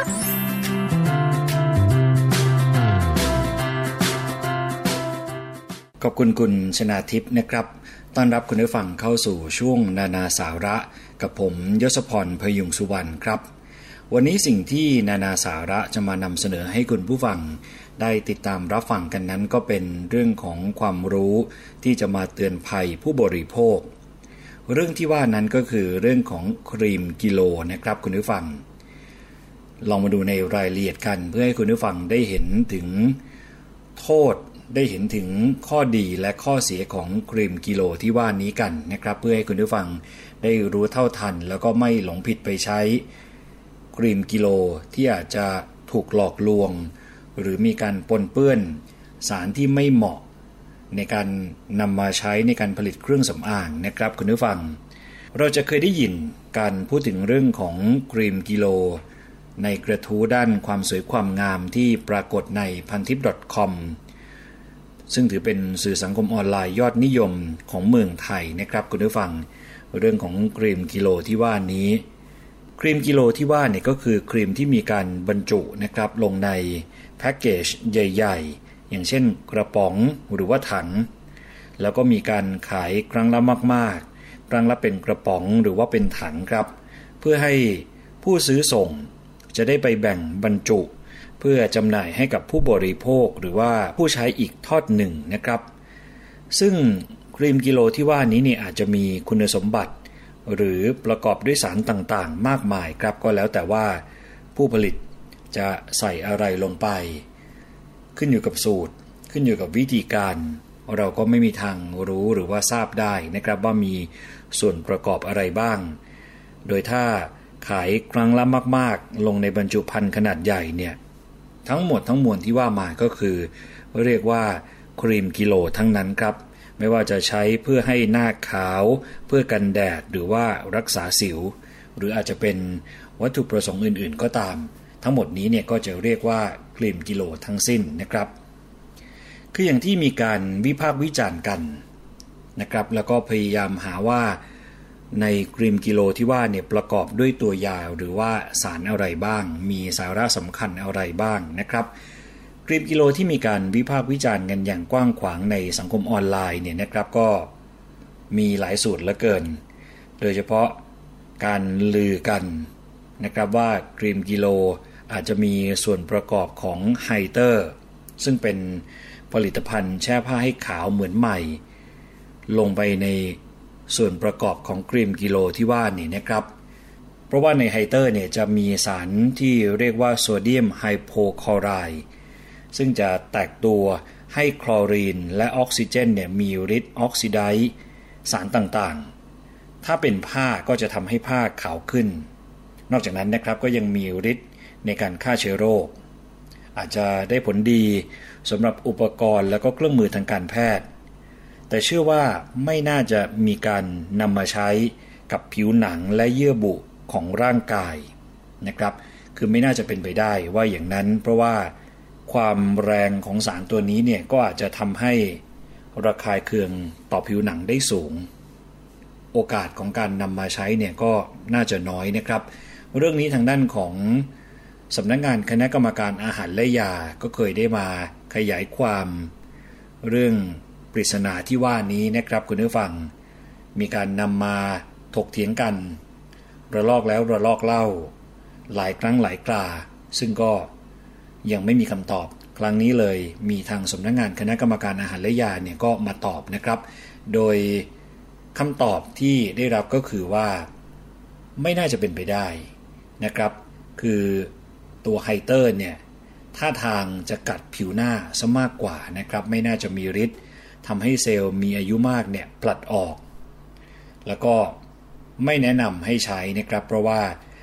Speaker 14: ขอบคุณคุณชนาทิพย์นะครับต้อนรับคุณผู้ฟังเข้าสู่ช่วงนานาสาระกับผมยศพรพยุงสุวรรณครับวันนี้สิ่งที่นานาสาระจะมานำเสนอให้คุณผู้ฟังได้ติดตามรับฟังกันนั้นก็เป็นเรื่องของความรู้ที่จะมาเตือนภัยผู้บริโภคเรื่องที่ว่านั้นก็คือเรื่องของครีมกิโลนะครับคุณผู้ฟังลองมาดูในรายละเอียดกันเพื่อให้คุณผู้ฟังได้เห็นถึงโทษได้เห็นถึงข้อดีและข้อเสียของครีมกิโลที่ว่านี้กันนะครับเพื่อให้คุณผู้ฟังได้รู้เท่าทันแล้วก็ไม่หลงผิดไปใช้ครีมกิโลที่อาจจะถูกหลอกลวงหรือมีการปนเปื้อนสารที่ไม่เหมาะในการนำมาใช้ในการผลิตเครื่องสำอางนะครับคุณผู้ฟังเราจะเคยได้ยินการพูดถึงเรื่องของครีมกิโลในกระทู้ด้านความสวยความงามที่ปรากฏในพันทิป .com ซึ่งถือเป็นสื่อสังคมออนไลน์ยอดนิยมของเมืองไทยนะครับคุณผู้ฟังเรื่องของครีมกิโลที่ว่านี้ครีมกิโลที่ว่าเนี่ยก็คือครีมที่มีการบรรจุนะครับลงในแพ็กเกจใหญ่ๆอย่างเช่นกระป๋องหรือว่าถังแล้วก็มีการขายครั้งละมากๆครั้งละเป็นกระป๋องหรือว่าเป็นถังครับเพื่อให้ผู้ซื้อส่งจะได้ไปแบ่งบรรจุเพื่อจำหน่ายให้กับผู้บริโภคหรือว่าผู้ใช้อีกทอดหนึ่งนะครับซึ่งครีมกิโลที่ว่านี้เนี่ยอาจจะมีคุณสมบัติหรือประกอบด้วยสารต่างๆมากมายครับก็แล้วแต่ว่าผู้ผลิตจะใส่อะไรลงไปขึ้นอยู่กับสูตรขึ้นอยู่กับวิธีการเราก็ไม่มีทางรู้หรือว่าทราบได้นะครับว่ามีส่วนประกอบอะไรบ้างโดยถ้าขายครั้งละมากๆลงในบรรจุภัณฑ์ขนาดใหญ่เนี่ยทั้งหมดทั้งมวลที่ว่ามาก็คือเรียกว่าครีมกิโลทั้งนั้นครับไม่ว่าจะใช้เพื่อให้หน้าขาวเพื่อกันแดดหรือว่ารักษาสิวหรืออาจจะเป็นวัตถุประสงค์อื่นๆก็ตามทั้งหมดนี้เนี่ยก็จะเรียกว่าครีมกิโลทั้งสิ้นนะครับคืออย่างที่มีการวิพากษ์วิจารณ์กันนะครับแล้วก็พยายามหาว่าในครีมกิโลที่ว่าเนี่ยประกอบด้วยตัวยาหรือว่าสารอะไรบ้างมีสาระสำคัญอะไรบ้างนะครับครีมกิโลที่มีการวิพากษ์วิจารณ์กันอย่างกว้างขวางในสังคมออนไลน์เนี่ยนะครับก็มีหลายสูตรเหลือเกินโดยเฉพาะการลือกันนะครับว่าครีมกิโลอาจจะมีส่วนประกอบของไฮเตอร์ซึ่งเป็นผลิตภัณฑ์แช่ผ้าให้ขาวเหมือนใหม่ลงไปในส่วนประกอบของครีมกิโลที่ว่านี่นะครับเพราะว่าในไฮเตอร์เนี่ยจะมีสารที่เรียกว่าโซเดียมไฮโพคลอไรด์ซึ่งจะแตกตัวให้คลอรีนและออกซิเจนเนี่ยมีฤทธิ์ออกซิไดซ์สารต่างๆถ้าเป็นผ้าก็จะทำให้ผ้าขาวขึ้นนอกจากนั้นนะครับก็ยังมีฤทธิ์ในการฆ่าเชื้อโรคอาจจะได้ผลดีสำหรับอุปกรณ์และก็เครื่องมือทางการแพทย์แต่เชื่อว่าไม่น่าจะมีการนำมาใช้กับผิวหนังและเยื่อบุของร่างกายนะครับคือไม่น่าจะเป็นไปได้ว่าอย่างนั้นเพราะว่าความแรงของสารตัวนี้เนี่ยก็อาจจะทำให้ระคายเคืองต่อผิวหนังได้สูงโอกาสของการนำมาใช้เนี่ยก็น่าจะน้อยนะครับเรื่องนี้ทางด้านของสำนักงานคณะกรรมการอาหารและยาก็เคยได้มาขยายความเรื่องปริศนาที่ว่านี้นะครับคุณผู้ฟังมีการนำมาถกเถียงกันระลอกแล้วระลอกเล่าหลายครั้งหลายคราซึ่งก็ยังไม่มีคำตอบครั้งนี้เลยมีทางสำนักงานคณะกรรมการอาหารและยาเนี่ยก็มาตอบนะครับโดยคำตอบที่ได้รับก็คือว่าไม่น่าจะเป็นไปได้นะครับคือตัวไฮเตอร์เนี่ยท่าทางจะกัดผิวหน้าซะมากกว่านะครับไม่น่าจะมีฤทธิ์ทำให้เซลล์มีอายุมากเนี่ยผลัดออกแล้วก็ไม่แนะนำให้ใช้นะครับเพราะว่า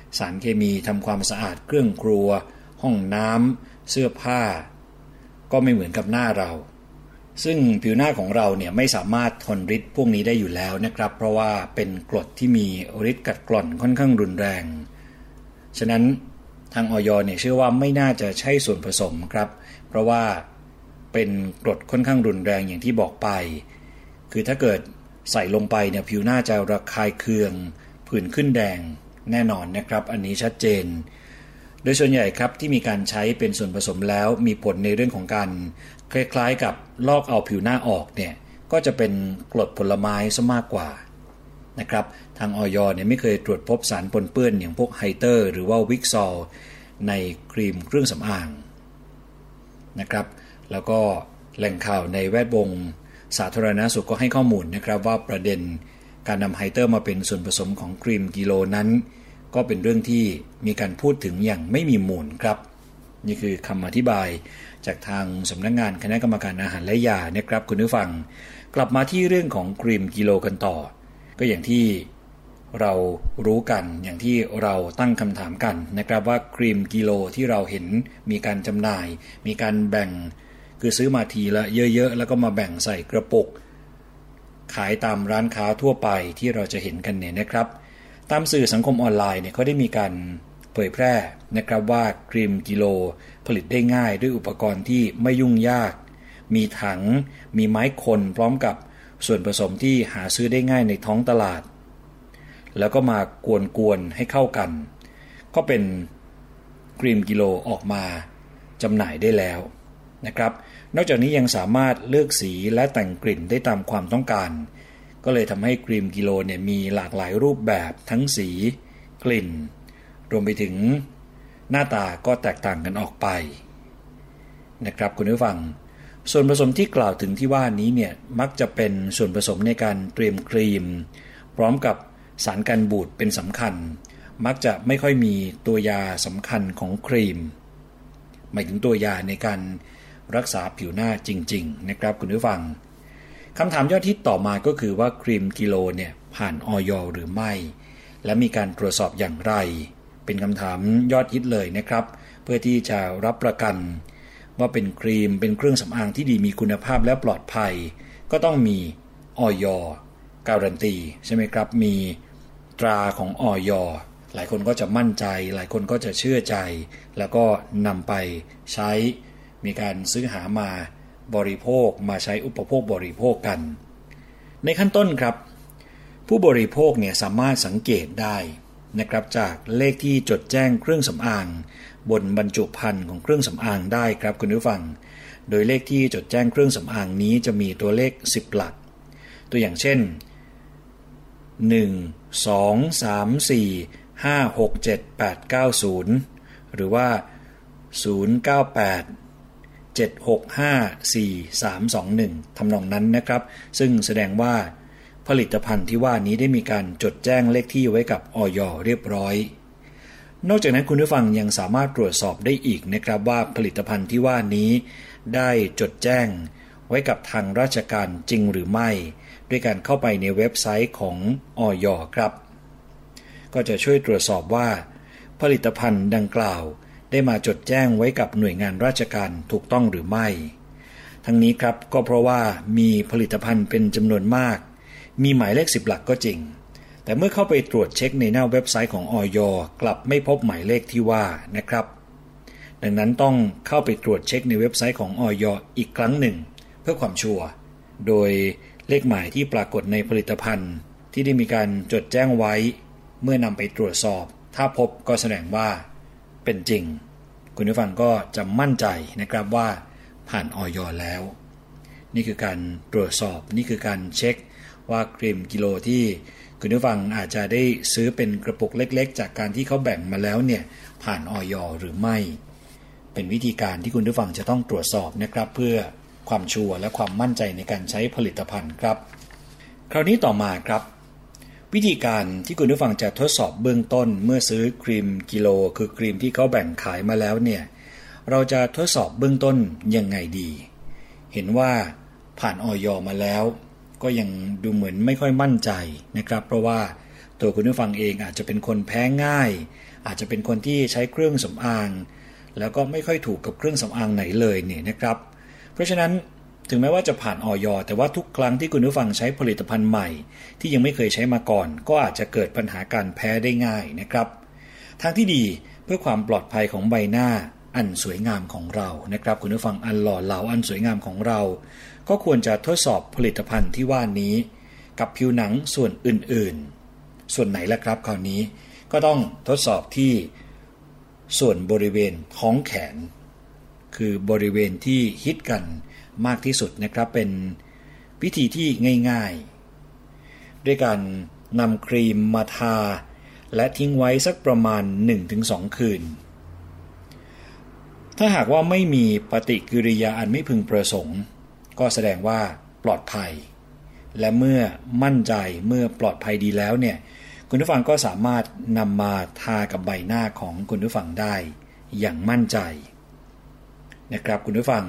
Speaker 14: สารเคมีทำความสะอาดเครื่องครัวห้องน้ำเสื้อผ้าก็ไม่เหมือนกับหน้าเราซึ่งผิวหน้าของเราเนี่ยไม่สามารถทนฤทธิ์พวกนี้ได้อยู่แล้วนะครับเพราะว่าเป็นกรดที่มีฤทธิ์กัดกร่อนค่อนข้างรุนแรงฉะนั้นทางอย.เนี่ยเชื่อว่าไม่น่าจะใช่ส่วนผสมครับเพราะว่าเป็นกรดค่อนข้างรุนแรงอย่างที่บอกไปคือถ้าเกิดใส่ลงไปเนี่ยผิวหน้าจะระคายเคืองผื่นขึ้นแดงแน่นอนนะครับอันนี้ชัดเจนโดยส่วนใหญ่ครับที่มีการใช้เป็นส่วนผสมแล้วมีผลในเรื่องของการคล้ายๆกับลอกเอาผิวหน้าออกเนี่ยก็จะเป็นกรดผลไม้ซะมากกว่านะครับทางอย.เนี่ยไม่เคยตรวจพบสารปนเปื้อนอย่างพวกไฮเตอร์หรือว่าวิกซอลในครีมเครื่องสำอางนะครับแล้วก็แหล่งข่าวในแวดวงสาธารณสุขก็ให้ข้อมูลนะครับว่าประเด็นการนำไฮเตอร์มาเป็นส่วนผสมของครีมกิโลนั้นก็เป็นเรื่องที่มีการพูดถึงอย่างไม่มีมูลครับนี่คือคำอธิบายจากทางสำนักงานคณะกรรมการอาหารและยานะครับคุณผู้ฟังกลับมาที่เรื่องของครีมกิโลกันต่อก็อย่างที่เรารู้กันอย่างที่เราตั้งคำถามกันนะครับว่าครีมกิโลที่เราเห็นมีการจำหน่ายมีการแบ่งคือซื้อมาทีละเยอะๆแล้วก็มาแบ่งใส่กระปุกขายตามร้านค้าทั่วไปที่เราจะเห็นกันเนี่ยนะครับตามสื่อสังคมออนไลน์เนี่ยเขาได้มีการเผยแพร่นะครับว่าครีมกิโลผลิตได้ง่ายด้วยอุปกรณ์ที่ไม่ยุ่งยากมีถังมีไม้คนพร้อมกับส่วนผสมที่หาซื้อได้ง่ายในท้องตลาดแล้วก็มากวนๆให้เข้ากันก็เป็นครีมกิโลออกมาจำหน่ายได้แล้วนะครับนอกจากนี้ยังสามารถเลือกสีและแต่งกลิ่นได้ตามความต้องการก็เลยทำให้ครีมกิโลเนี่ยมีหลากหลายรูปแบบทั้งสีกลิ่นรวมไปถึงหน้าตาก็แตกต่างกันออกไปนะครับคุณผู้ฟังส่วนผสมที่กล่าวถึงที่ว่านี้เนี่ยมักจะเป็นส่วนผสมในการเตรียมครีมพร้อมกับสารกันบูดเป็นสำคัญมักจะไม่ค่อยมีตัวยาสำคัญของครีมหมายถึงตัวยาในการรักษาผิวหน้าจริงๆนะครับคุณผู้ฟังคำถามยอดฮิตต่อมาก็คือว่าครีมกิโลเนี่ยผ่านอย.หรือไม่และมีการตรวจสอบอย่างไรเป็นคำถามยอดฮิตเลยนะครับเพื่อที่จะรับประกันว่าเป็นครีมเป็นเครื่องสำอางที่ดีมีคุณภาพและปลอดภัยก็ต้องมีอย.การันตีใช่ไหมครับมีตราของอย.หลายคนก็จะมั่นใจหลายคนก็จะเชื่อใจแล้วก็นำไปใช้มีการซื้อหามาบริโภคมาใช้อุปโภคบริโภคกันในขั้นต้นครับผู้บริโภคเนี่ยสามารถสังเกตได้นะครับจากเลขที่จดแจ้งเครื่องสำอางบนบรรจุภัณฑ์ของเครื่องสำอางได้ครับคุณผู้ฟังโดยเลขที่จดแจ้งเครื่องสำอางนี้จะมีตัวเลข10หลักตัวอย่างเช่น1 2 3 4 5 6 7 8 9 0หรือว่า098 765 4321ทำนองนั้นนะครับซึ่งแสดงว่าผลิตภัณฑ์ที่ว่านี้ได้มีการจดแจ้งเลขที่ไว้กับอย.เรียบร้อยนอกจากนั้นคุณผู้ฟังยังสามารถตรวจสอบได้อีกนะครับว่าผลิตภัณฑ์ที่ว่านี้ได้จดแจ้งไว้กับทางราชการจริงหรือไม่ด้วยการเข้าไปในเว็บไซต์ของอย.ครับก็จะช่วยตรวจสอบว่าผลิตภัณฑ์ดังกล่าวได้มาจดแจ้งไว้กับหน่วยงานราชการถูกต้องหรือไม่ทั้งนี้ครับก็เพราะว่ามีผลิตภัณฑ์เป็นจำนวนมากมีหมายเลข10หลักก็จริงแต่เมื่อเข้าไปตรวจเช็คในหน้าเว็บไซต์ของอย.กลับไม่พบหมายเลขที่ว่านะครับดังนั้นต้องเข้าไปตรวจเช็คในเว็บไซต์ของอย.อีกครั้งหนึ่งเพื่อความชัวร์โดยเลขหมายที่ปรากฏในผลิตภัณฑ์ที่ได้มีการจดแจ้งไว้เมื่อนำไปตรวจสอบถ้าพบก็แสดงว่าเป็นจริงคุณผู้ฟังก็จะมั่นใจนะครับว่าผ่านอย.แล้วนี่คือการตรวจสอบนี่คือการเช็คว่าครีมกิโลที่คุณผู้ฟังอาจจะได้ซื้อเป็นกระปุกเล็กๆจากการที่เขาแบ่งมาแล้วเนี่ยผ่านอย.หรือไม่เป็นวิธีการที่คุณผู้ฟังจะต้องตรวจสอบนะครับเพื่อความชัวร์และความมั่นใจในการใช้ผลิตภัณฑ์ครับคราวนี้ต่อมาครับวิธีการที่คุณผู้ฟังจะทดสอบเบื้องต้นเมื่อซื้อครีมกิโลคือครีมที่เขาแบ่งขายมาแล้วเนี่ยเราจะทดสอบเบื้องต้นยังไงดีเห็นว่าผ่านอย.มาแล้วก็ยังดูเหมือนไม่ค่อยมั่นใจนะครับเพราะว่าตัวคุณผู้ฟังเองอาจจะเป็นคนแพ้ง่ายอาจจะเป็นคนที่ใช้เครื่องสำอางแล้วก็ไม่ค่อยถูกกับเครื่องสำอางไหนเลยเนี่ยนะครับเพราะฉะนั้นถึงแม้ว่าจะผ่านอย.แต่ว่าทุกครั้งที่คุณผู้ฟังใช้ผลิตภัณฑ์ใหม่ที่ยังไม่เคยใช้มาก่อนก็อาจจะเกิดปัญหาการแพ้ได้ง่ายนะครับทางที่ดีเพื่อความปลอดภัยของใบหน้าอันสวยงามของเรานะครับคุณผู้ฟังอันหล่อเหลาอันสวยงามของเราก็ควรจะทดสอบผลิตภัณฑ์ที่ว่านี้กับผิวหนังส่วนอื่นๆส่วนไหนล่ะครับคราวนี้ก็ต้องทดสอบที่ส่วนบริเวณท้องแขนคือบริเวณที่ฮิตกันมากที่สุดนะครับเป็นวิธีที่ง่ายๆด้วยการนำครีมมาทาและทิ้งไว้สักประมาณ 1-2 คืนถ้าหากว่าไม่มีปฏิกิริยาอันไม่พึงประสงค์ก็แสดงว่าปลอดภัยและเมื่อมั่นใจเมื่อปลอดภัยดีแล้วเนี่ยคุณผู้ฟังก็สามารถนำมาทากับใบหน้าของคุณผู้ฟังได้อย่างมั่นใจนะครับคุณผู้ฟัง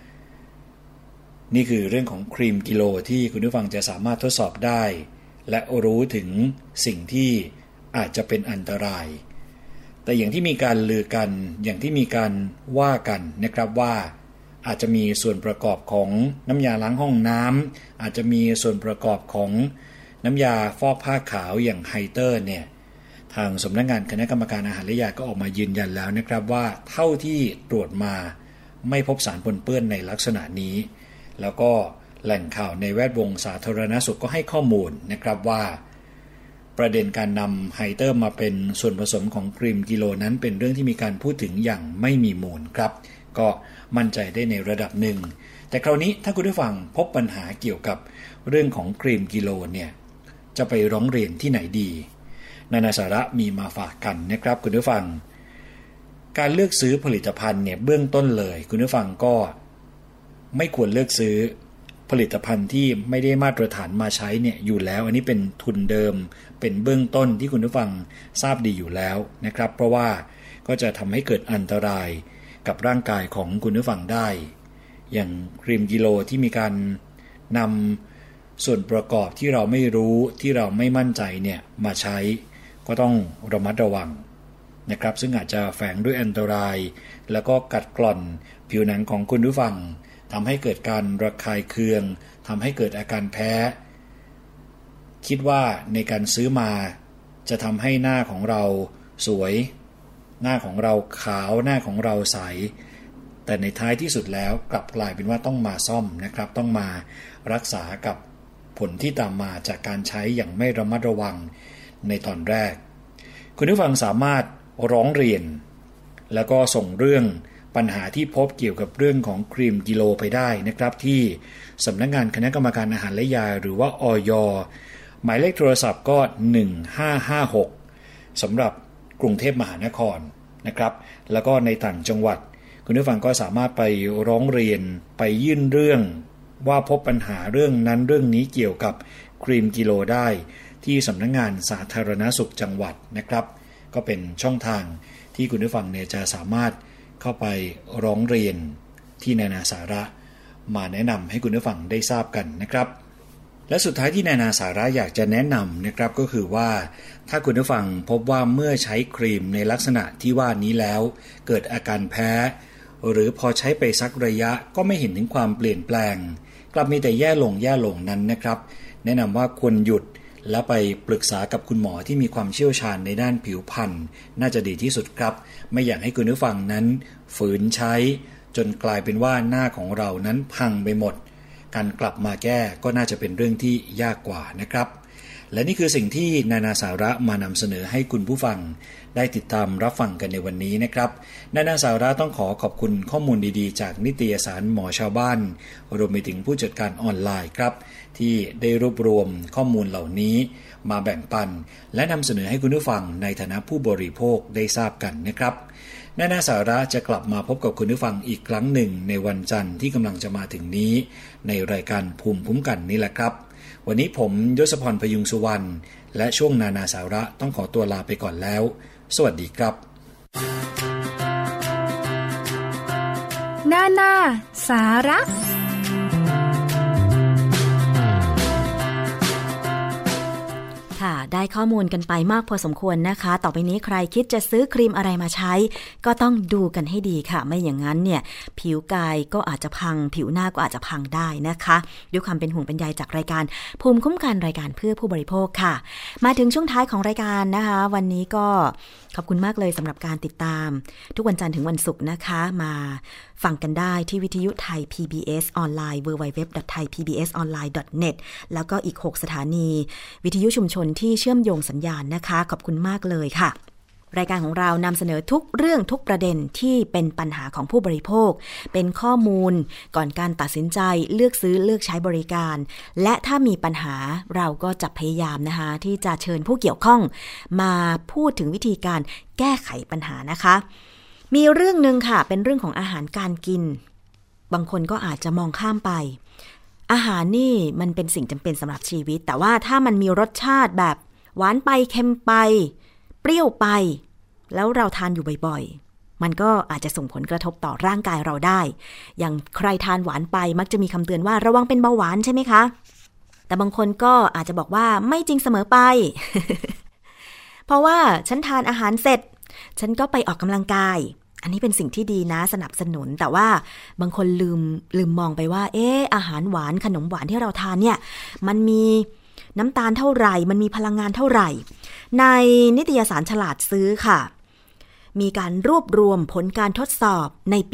Speaker 14: นี่คือเรื่องของครีมกิโลที่คุณผู้ฟังจะสามารถทดสอบได้และรู้ถึงสิ่งที่อาจจะเป็นอันตรายแต่อย่างที่มีการลือกันอย่างที่มีการว่ากันนะครับว่าอาจจะมีส่วนประกอบของน้ำยาล้างห้องน้ำอาจจะมีส่วนประกอบของน้ำยาฟอกผ้าขาวอย่างไฮเตอร์เนี่ยทางสำนักงานคณะกรรมการอาหารและยาก็ออกมายืนยันแล้วนะครับว่าเท่าที่ตรวจมาไม่พบสารปนเปื้อนในลักษณะนี้แล้วก็แหล่งข่าวในแวดวงสาธารณสุขก็ให้ข้อมูลนะครับว่าประเด็นการนำไฮเตอร์มาเป็นส่วนผสมของครีมกิโลนั้นเป็นเรื่องที่มีการพูดถึงอย่างไม่มีมูลครับก็มั่นใจได้ในระดับหนึ่งแต่คราวนี้ถ้าคุณผู้ฟังพบปัญหาเกี่ยวกับเรื่องของครีมกิโลเนี่ยจะไปร้องเรียนที่ไหนดีนานาสาระมีมาฝากกันนะครับคุณผู้ฟังการเลือกซื้อผลิตภัณฑ์เนี่ยเบื้องต้นเลยคุณผู้ฟังก็ไม่ควรเลือกซื้อผลิตภัณฑ์ที่ไม่ได้มาตรฐานมาใช้เนี่ยอยู่แล้วอันนี้เป็นทุนเดิมเป็นเบื้องต้นที่คุณผู้ฟังทราบดีอยู่แล้วนะครับเพราะว่าก็จะทำให้เกิดอันตรายกับร่างกายของคุณผู้ฟังได้อย่างครีมกิโลที่มีการนำส่วนประกอบที่เราไม่รู้ที่เราไม่มั่นใจเนี่ยมาใช้ก็ต้องระมัดระวังนะครับซึ่งอาจจะแฝงด้วยอันตรายแล้วก็กัดกร่อนผิวหนังของคุณผู้ฟังทำให้เกิดการระคายเคืองทำให้เกิดอาการแพ้คิดว่าในการซื้อมาจะทำให้หน้าของเราสวยหน้าของเราขาวหน้าของเราใสแต่ในท้ายที่สุดแล้วกลับกลายเป็นว่าต้องมาซ่อมนะครับต้องมารักษากับผลที่ตามมาจากการใช้อย่างไม่ระมัดระวังในตอนแรกคุณผู้ฟังสามารถร้องเรียนแล้วก็ส่งเรื่องปัญหาที่พบเกี่ยวกับเรื่องของครีมกิโลไปได้นะครับที่สำนักงานคณะกรรมการอาหารและยาหรือว่าอย.หมายเลขโทรศัพท์ก็1556สำหรับกรุงเทพมหานครนะครับแล้วก็ในต่างจังหวัดคุณผู้ฟังก็สามารถไปร้องเรียนไปยื่นเรื่องว่าพบปัญหาเรื่องนั้นเรื่องนี้เกี่ยวกับครีมกิโลได้ที่สำนักงานสาธารณสุขจังหวัดนะครับก็เป็นช่องทางที่คุณผู้ฟังเนี่ยจะสามารถเข้าไปร้องเรียนที่นานาสาระมาแนะนำให้คุณผู้ฟังได้ทราบกันนะครับและสุดท้ายที่นานาสาระอยากจะแนะนำนะครับก็คือว่าถ้าคุณผู้ฟังพบว่าเมื่อใช้ครีมในลักษณะที่ว่านี้แล้วเกิดอาการแพ้หรือพอใช้ไปสักระยะก็ไม่เห็นถึงความเปลี่ยนแปลงกลับมีแต่แย่ลงนั้นนะครับแนะนำว่าควรหยุดแล้วไปปรึกษากับคุณหมอที่มีความเชี่ยวชาญในด้านผิวพรรณน่าจะดีที่สุดครับไม่อยากให้คุณผู้ฟังนั้นฝืนใช้จนกลายเป็นว่าหน้าของเรานั้นพังไปหมดการกลับมาแก้ก็น่าจะเป็นเรื่องที่ยากกว่านะครับและนี่คือสิ่งที่นานาสาระมานำเสนอให้คุณผู้ฟังได้ติดตามรับฟังกันในวันนี้นะครับนานาสาระต้องขอบคุณข้อมูลดีๆจากนิตยสารหมอชาวบ้านรวมไปถึงผู้จัดการออนไลน์ครับที่ได้รวบรวมข้อมูลเหล่านี้มาแบ่งปันและนำเสนอให้คุณผู้ฟังในฐานะผู้บริโภคได้ทราบกันนะครับนานาสาระจะกลับมาพบกับคุณผู้ฟังอีกครั้งหนึ่งในวันจันทร์ที่กำลังจะมาถึงนี้ในรายการภูมิคุ้มกันนี่แหละครับวันนี้ผมยศพรพยุงสุวรรณและช่วงนานาสาระต้องขอตัวลาไปก่อนแล้วสวัสดีครับ
Speaker 1: นานาสาระ
Speaker 3: ได้ข้อมูลกันไปมากพอสมควรนะคะต่อไปนี้ใครคิดจะซื้อครีมอะไรมาใช้ก็ต้องดูกันให้ดีค่ะไม่อย่างนั้นเนี่ยผิวกายก็อาจจะพังผิวหน้าก็อาจจะพังได้นะคะด้วยความเป็นห่วงเป็นใยจากรายการภูมิคุ้มกันรายการเพื่อผู้บริโภคค่ะมาถึงช่วงท้ายของรายการนะคะวันนี้ก็ขอบคุณมากเลยสำหรับการติดตามทุกวันจันทร์ถึงวันศุกร์นะคะมาฟังกันได้ที่วิทยุไทย PBS ออนไลน์ www.thaipbsonline.net แล้วก็อีก6สถานีวิทยุชุมชนที่เชื่อมโยงสัญญาณนะคะขอบคุณมากเลยค่ะรายการของเรานำเสนอทุกเรื่องทุกประเด็นที่เป็นปัญหาของผู้บริโภคเป็นข้อมูลก่อนการตัดสินใจเลือกซื้อเลือกใช้บริการและถ้ามีปัญหาเราก็จะพยายามนะคะที่จะเชิญผู้เกี่ยวข้องมาพูดถึงวิธีการแก้ไขปัญหานะคะมีเรื่องนึงค่ะเป็นเรื่องของอาหารการกินบางคนก็อาจจะมองข้ามไปอาหารนี่มันเป็นสิ่งจำเป็นสำหรับชีวิตแต่ว่าถ้ามันมีรสชาติแบบหวานไปเค็มไปเปรี้ยวไปแล้วเราทานอยู่บ่อยๆมันก็อาจจะส่งผลกระทบต่อร่างกายเราได้อย่างใครทานหวานไปมักจะมีคำเตือนว่าระวังเป็นเบาหวานใช่ไหมคะแต่บางคนก็อาจจะบอกว่าไม่จริงเสมอไป เพราะว่าฉันทานอาหารเสร็จฉันก็ไปออกกำลังกายอันนี้เป็นสิ่งที่ดีนะสนับสนุนแต่ว่าบางคนลืมมองไปว่าอาหารหวานขนมหวานที่เราทานเนี่ยมันมีน้ำตาลเท่าไหร่มันมีพลังงานเท่าไหร่ในนิตยสารฉลาดซื้อค่ะมีการรวบรวมผลการทดสอบในปี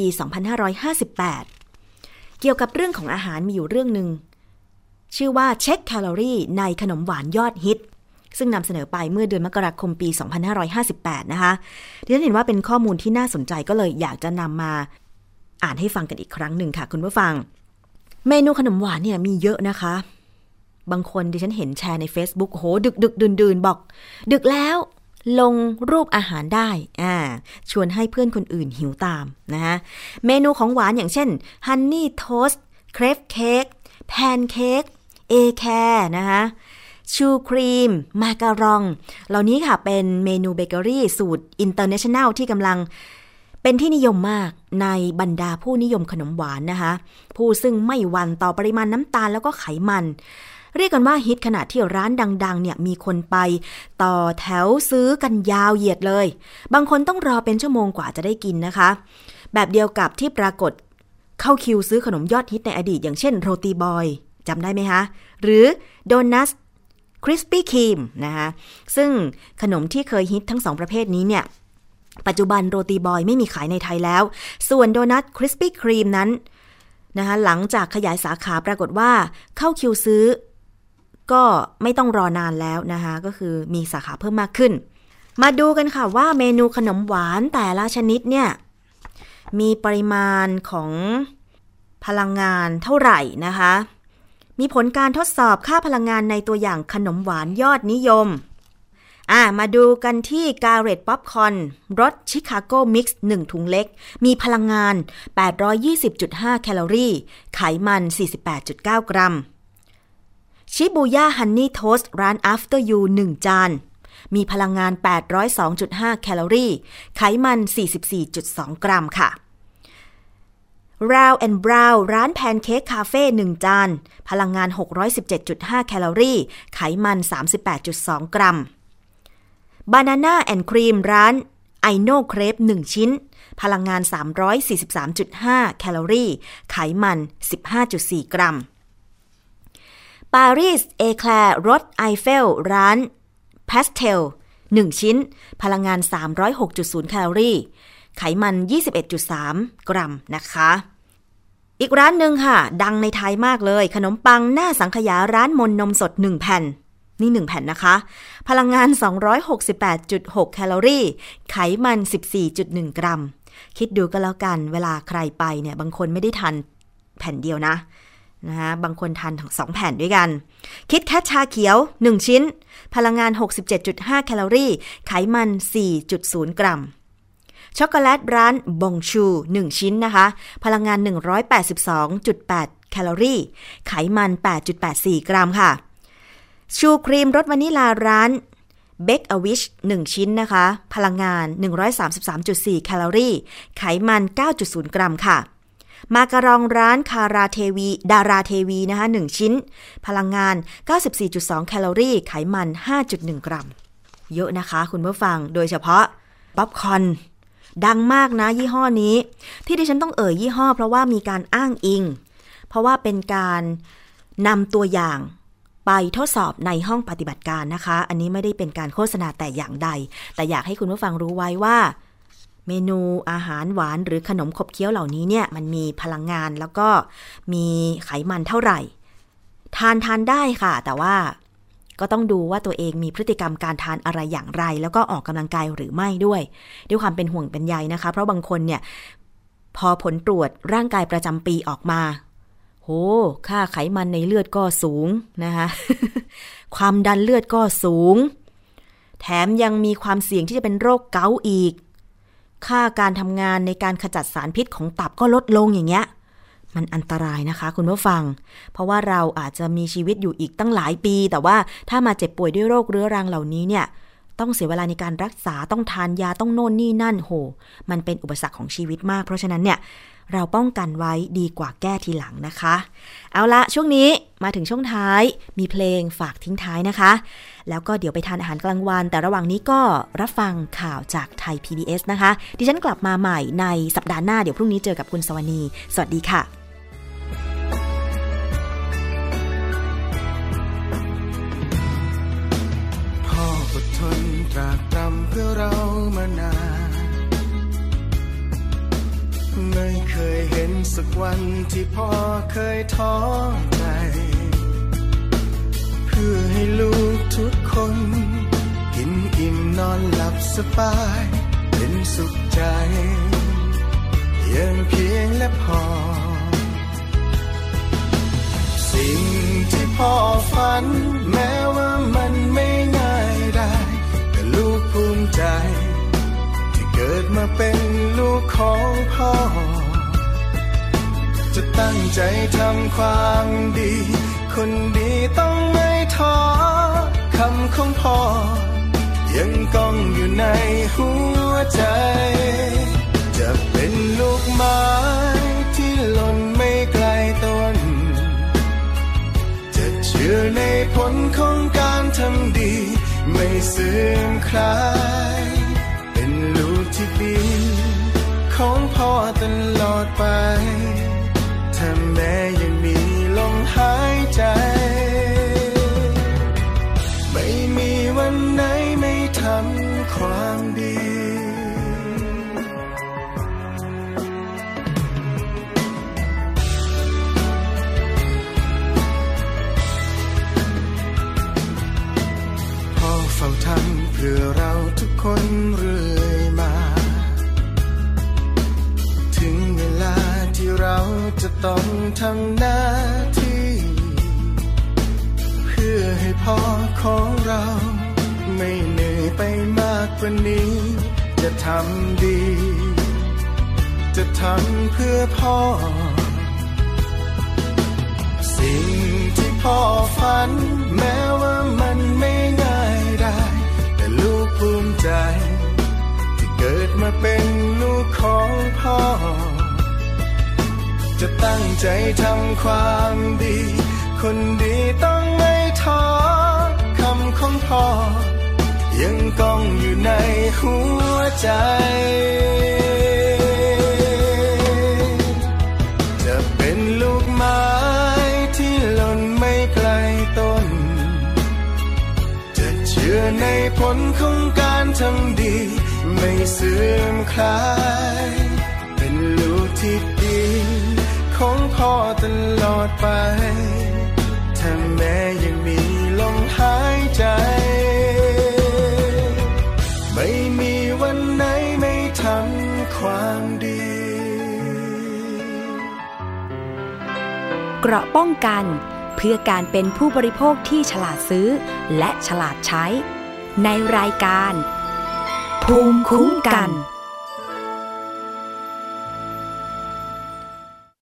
Speaker 3: 2558 เกี่ยวกับเรื่องของอาหารมีอยู่เรื่องนึงชื่อว่าเช็คแคลอรี่ในขนมหวานยอดฮิตซึ่งนำเสนอไปเมื่อเดือนมกราคมปี 2558 นะคะดิฉันเห็นว่าเป็นข้อมูลที่น่าสนใจก็เลยอยากจะนำมาอ่านให้ฟังกันอีกครั้งหนึ่งค่ะคุณผู้ฟังเมนูขนมหวานเนี่ยมีเยอะนะคะบางคนดิฉันเห็นแชร์ใน Facebook โหดึกดื่นบอกดึกแล้วลงรูปอาหารได้ชวนให้เพื่อนคนอื่นหิวตามนะคะเมนูของหวานอย่างเช่นฮันนี่โทสต์เครปเค้กแพนเค้กเอแคร์นะคะชูครีมมาการองเหล่านี้ค่ะเป็นเมนูเบเกอรี่สูตรอินเตอร์เนชั่นแนลที่กำลังเป็นที่นิยมมากในบรรดาผู้นิยมขนมหวานนะคะผู้ซึ่งไม่หวั่นต่อปริมาณน้ำตาลแล้วก็ไขมันเรียกกันว่าฮิตขนาดที่ร้านดังๆเนี่ยมีคนไปต่อแถวซื้อกันยาวเหยียดเลยบางคนต้องรอเป็นชั่วโมงกว่าจะได้กินนะคะแบบเดียวกับที่ปรากฏเข้าคิวซื้อขนมยอดฮิตในอดีตอย่างเช่นโรตีบอยจำได้ไหมคะหรือโดนัทคริสปี้ครีมนะคะซึ่งขนมที่เคยฮิตทั้งสองประเภทนี้เนี่ยปัจจุบันโรตีบอยไม่มีขายในไทยแล้วส่วนโดนัทคริสปี้ครีมนั้นนะคะหลังจากขยายสาขาปรากฏว่าเข้าคิวซื้อก็ไม่ต้องรอนานแล้วนะคะก็คือมีสาขาเพิ่มมากขึ้นมาดูกันค่ะว่าเมนูขนมหวานแต่ละชนิดเนี่ยมีปริมาณของพลังงานเท่าไหร่นะคะมีผลการทดสอบค่าพลังงานในตัวอย่างขนมหวานยอดนิยมมาดูกันที่การ์เรตป๊อปคอร์นรสชิคาโกมิกซ์1ถุงเล็กมีพลังงาน 820.5 แคลอรี่ไขมัน 48.9 กรัมชิบูย่าฮันนี่โทสต์ร้าน After You 1 จานมีพลังงาน 802.5 แคลอรี่ไขมัน 44.2 กรัมค่ะRound and Brown ร้านแพนเค้กคาเฟ่1จานพลังงาน 617.5 แคลอรี่ไขมัน 38.2 กรัม Banana and Cream ร้าน Ino Crepe 1 ชิ้นพลังงาน 343.5 แคลอรี่ไขมัน 15.4 กรัม Paris Eclair รสไอเฟลร้าน Pastel 1 ชิ้นพลังงาน 306.0 แคลอรี่ไขมัน 21.3 กรัมนะคะอีกร้านหนึ่งค่ะดังในไทยมากเลยขนมปังหน้าสังขยาร้านมนนมสด1แผ่นนี่1แผ่นนะคะพลังงาน 268.6 แคลอรี่ไขมัน 14.1 กรัมคิดดูก็แล้วกันเวลาใครไปเนี่ยบางคนไม่ได้ทานแผ่นเดียวนะบางคนทาน2แผ่นด้วยกันคิดแคทชาเขียว1ชิ้นพลังงาน 67.5 แคลอรี่ไขมัน 4.0 กรัมช็อกโกแลตร้านบงชู1ชิ้นนะคะพลังงาน 182.8 แคลอรี่ไขมัน 8.84 กรัมค่ะชูครีมรสวานิลาร้านเบคอวิช1ชิ้นนะคะพลังงาน 133.4 แคลอรี่ไขมัน 9.0 กรัมค่ะมาการองร้านดาราเทวีนะคะ1ชิ้นพลังงาน 94.2 แคลอรี่ไขมัน 5.1 กรัมเยอะนะคะคุณผู้ฟังโดยเฉพาะป๊อปคอร์นดังมากนะยี่ห้อนี้ที่ดิฉันต้องยี่ห้อเพราะว่ามีการอ้างอิงเพราะว่าเป็นการนำตัวอย่างไปทดสอบในห้องปฏิบัติการนะคะอันนี้ไม่ได้เป็นการโฆษณาแต่อย่างใดแต่อยากให้คุณผู้ฟังรู้ไว้ว่าเมนูอาหารหวานหรือขนมขบเคี้ยวเหล่านี้เนี่ยมันมีพลังงานแล้วก็มีไขมันเท่าไหร่ทานได้ค่ะแต่ว่าก็ต้องดูว่าตัวเองมีพฤติกรรมการทานอะไรอย่างไรแล้วก็ออกกำลังกายหรือไม่ด้วยความเป็นห่วงเป็นใยนะคะเพราะบางคนเนี่ยพอผลตรวจร่างกายประจำปีออกมาโหค่าไขมันในเลือดก็สูงนะคะ ความดันเลือดก็สูงแถมยังมีความเสี่ยงที่จะเป็นโรคเกาต์อีกค่าการทำงานในการขจัดสารพิษของตับก็ลดลงอย่างเงี้ยมันอันตรายนะคะคุณผู้ฟังเพราะว่าเราอาจจะมีชีวิตอยู่อีกตั้งหลายปีแต่ว่าถ้ามาเจ็บป่วยด้วยโรคเรื้อรังเหล่านี้เนี่ยต้องเสียเวลาในการรักษาต้องทานยาต้องโน่นนี่นั่นโหมันเป็นอุปสรรคของชีวิตมากเพราะฉะนั้นเนี่ยเราป้องกันไว้ดีกว่าแก้ทีหลังนะคะเอาละช่วงนี้มาถึงช่วงท้ายมีเพลงฝากทิ้งท้ายนะคะแล้วก็เดี๋ยวไปทานอาหารกลางวันแต่ระหว่างนี้ก็รับฟังข่าวจากไทย PBS นะคะดิฉันกลับมาใหม่ในสัปดาห์หน้าเดี๋ยวพรุ่งนี้เจอกับคุณสวนีสวัสดีค่ะ
Speaker 16: พ่ออดทนตรากตรำเพื่อเรามานานไม่เคยเห็นสักวันที่พ่อเคยท้อใจเพื่อให้ลูกทุกคนกินอิ่มนอนหลับสบายเป็นสุขใจยังเพียงและพอสิ่งที่พ่อฝันแม้ว่ามันไม่ง่ายได้แต่ลูกภูมิใจเกิดมาเป็นลูกของพ่อจะตั้งใจทำความดีคนดีต้องไม่ท้อคำของพ่อยังก้องอยู่ในหัวใจจะเป็นลูกไม้ที่หล่นไม่ไกลต้นจะเชื่อในผลของการทำดีไม่เสื่อมคลายลูกที่ดีของพ่อตลอดไปถ้าแม้ยังมีลมหายใจไม่มีวันไหนไม่ทำความดีพ่อเฝ้าทำเพื่อเราทุกคนเรื่อยมาถึงเวลาที่เราจะต้องทำหน้าที่เพื่อให้พ่อของเราไม่เหนื่อยไปมากกว่านี้จะทำดีจะทำเพื่อพ่อสิ่งที่พ่อฝันแม้ว่ามันไม่ง่ายได้แต่ลูกภูมิใจที่เกิดมาเป็นลูกของพ่อจะตั้งใจทำความดีคนดีต้องไม่ท้อคำของพ่อยังก้องอยู่ในหัวใจจะเป็นลูกไม้ที่หล่นไม่ไกลต้นจะเชื่อในผลของการทำดีไม่เสื่อมคลายเป็นลูกที่ดีของพ่อตลอดไปถ้าแม้ยังมีลมหายใจไม่มีวันไหนไม่ทำความดี
Speaker 1: เกราะป้องกันเพื่อการเป็นผู้บริโภคที่ฉลาดซื้อและฉลาดใช้ในรายการภูมิคุ้มกัน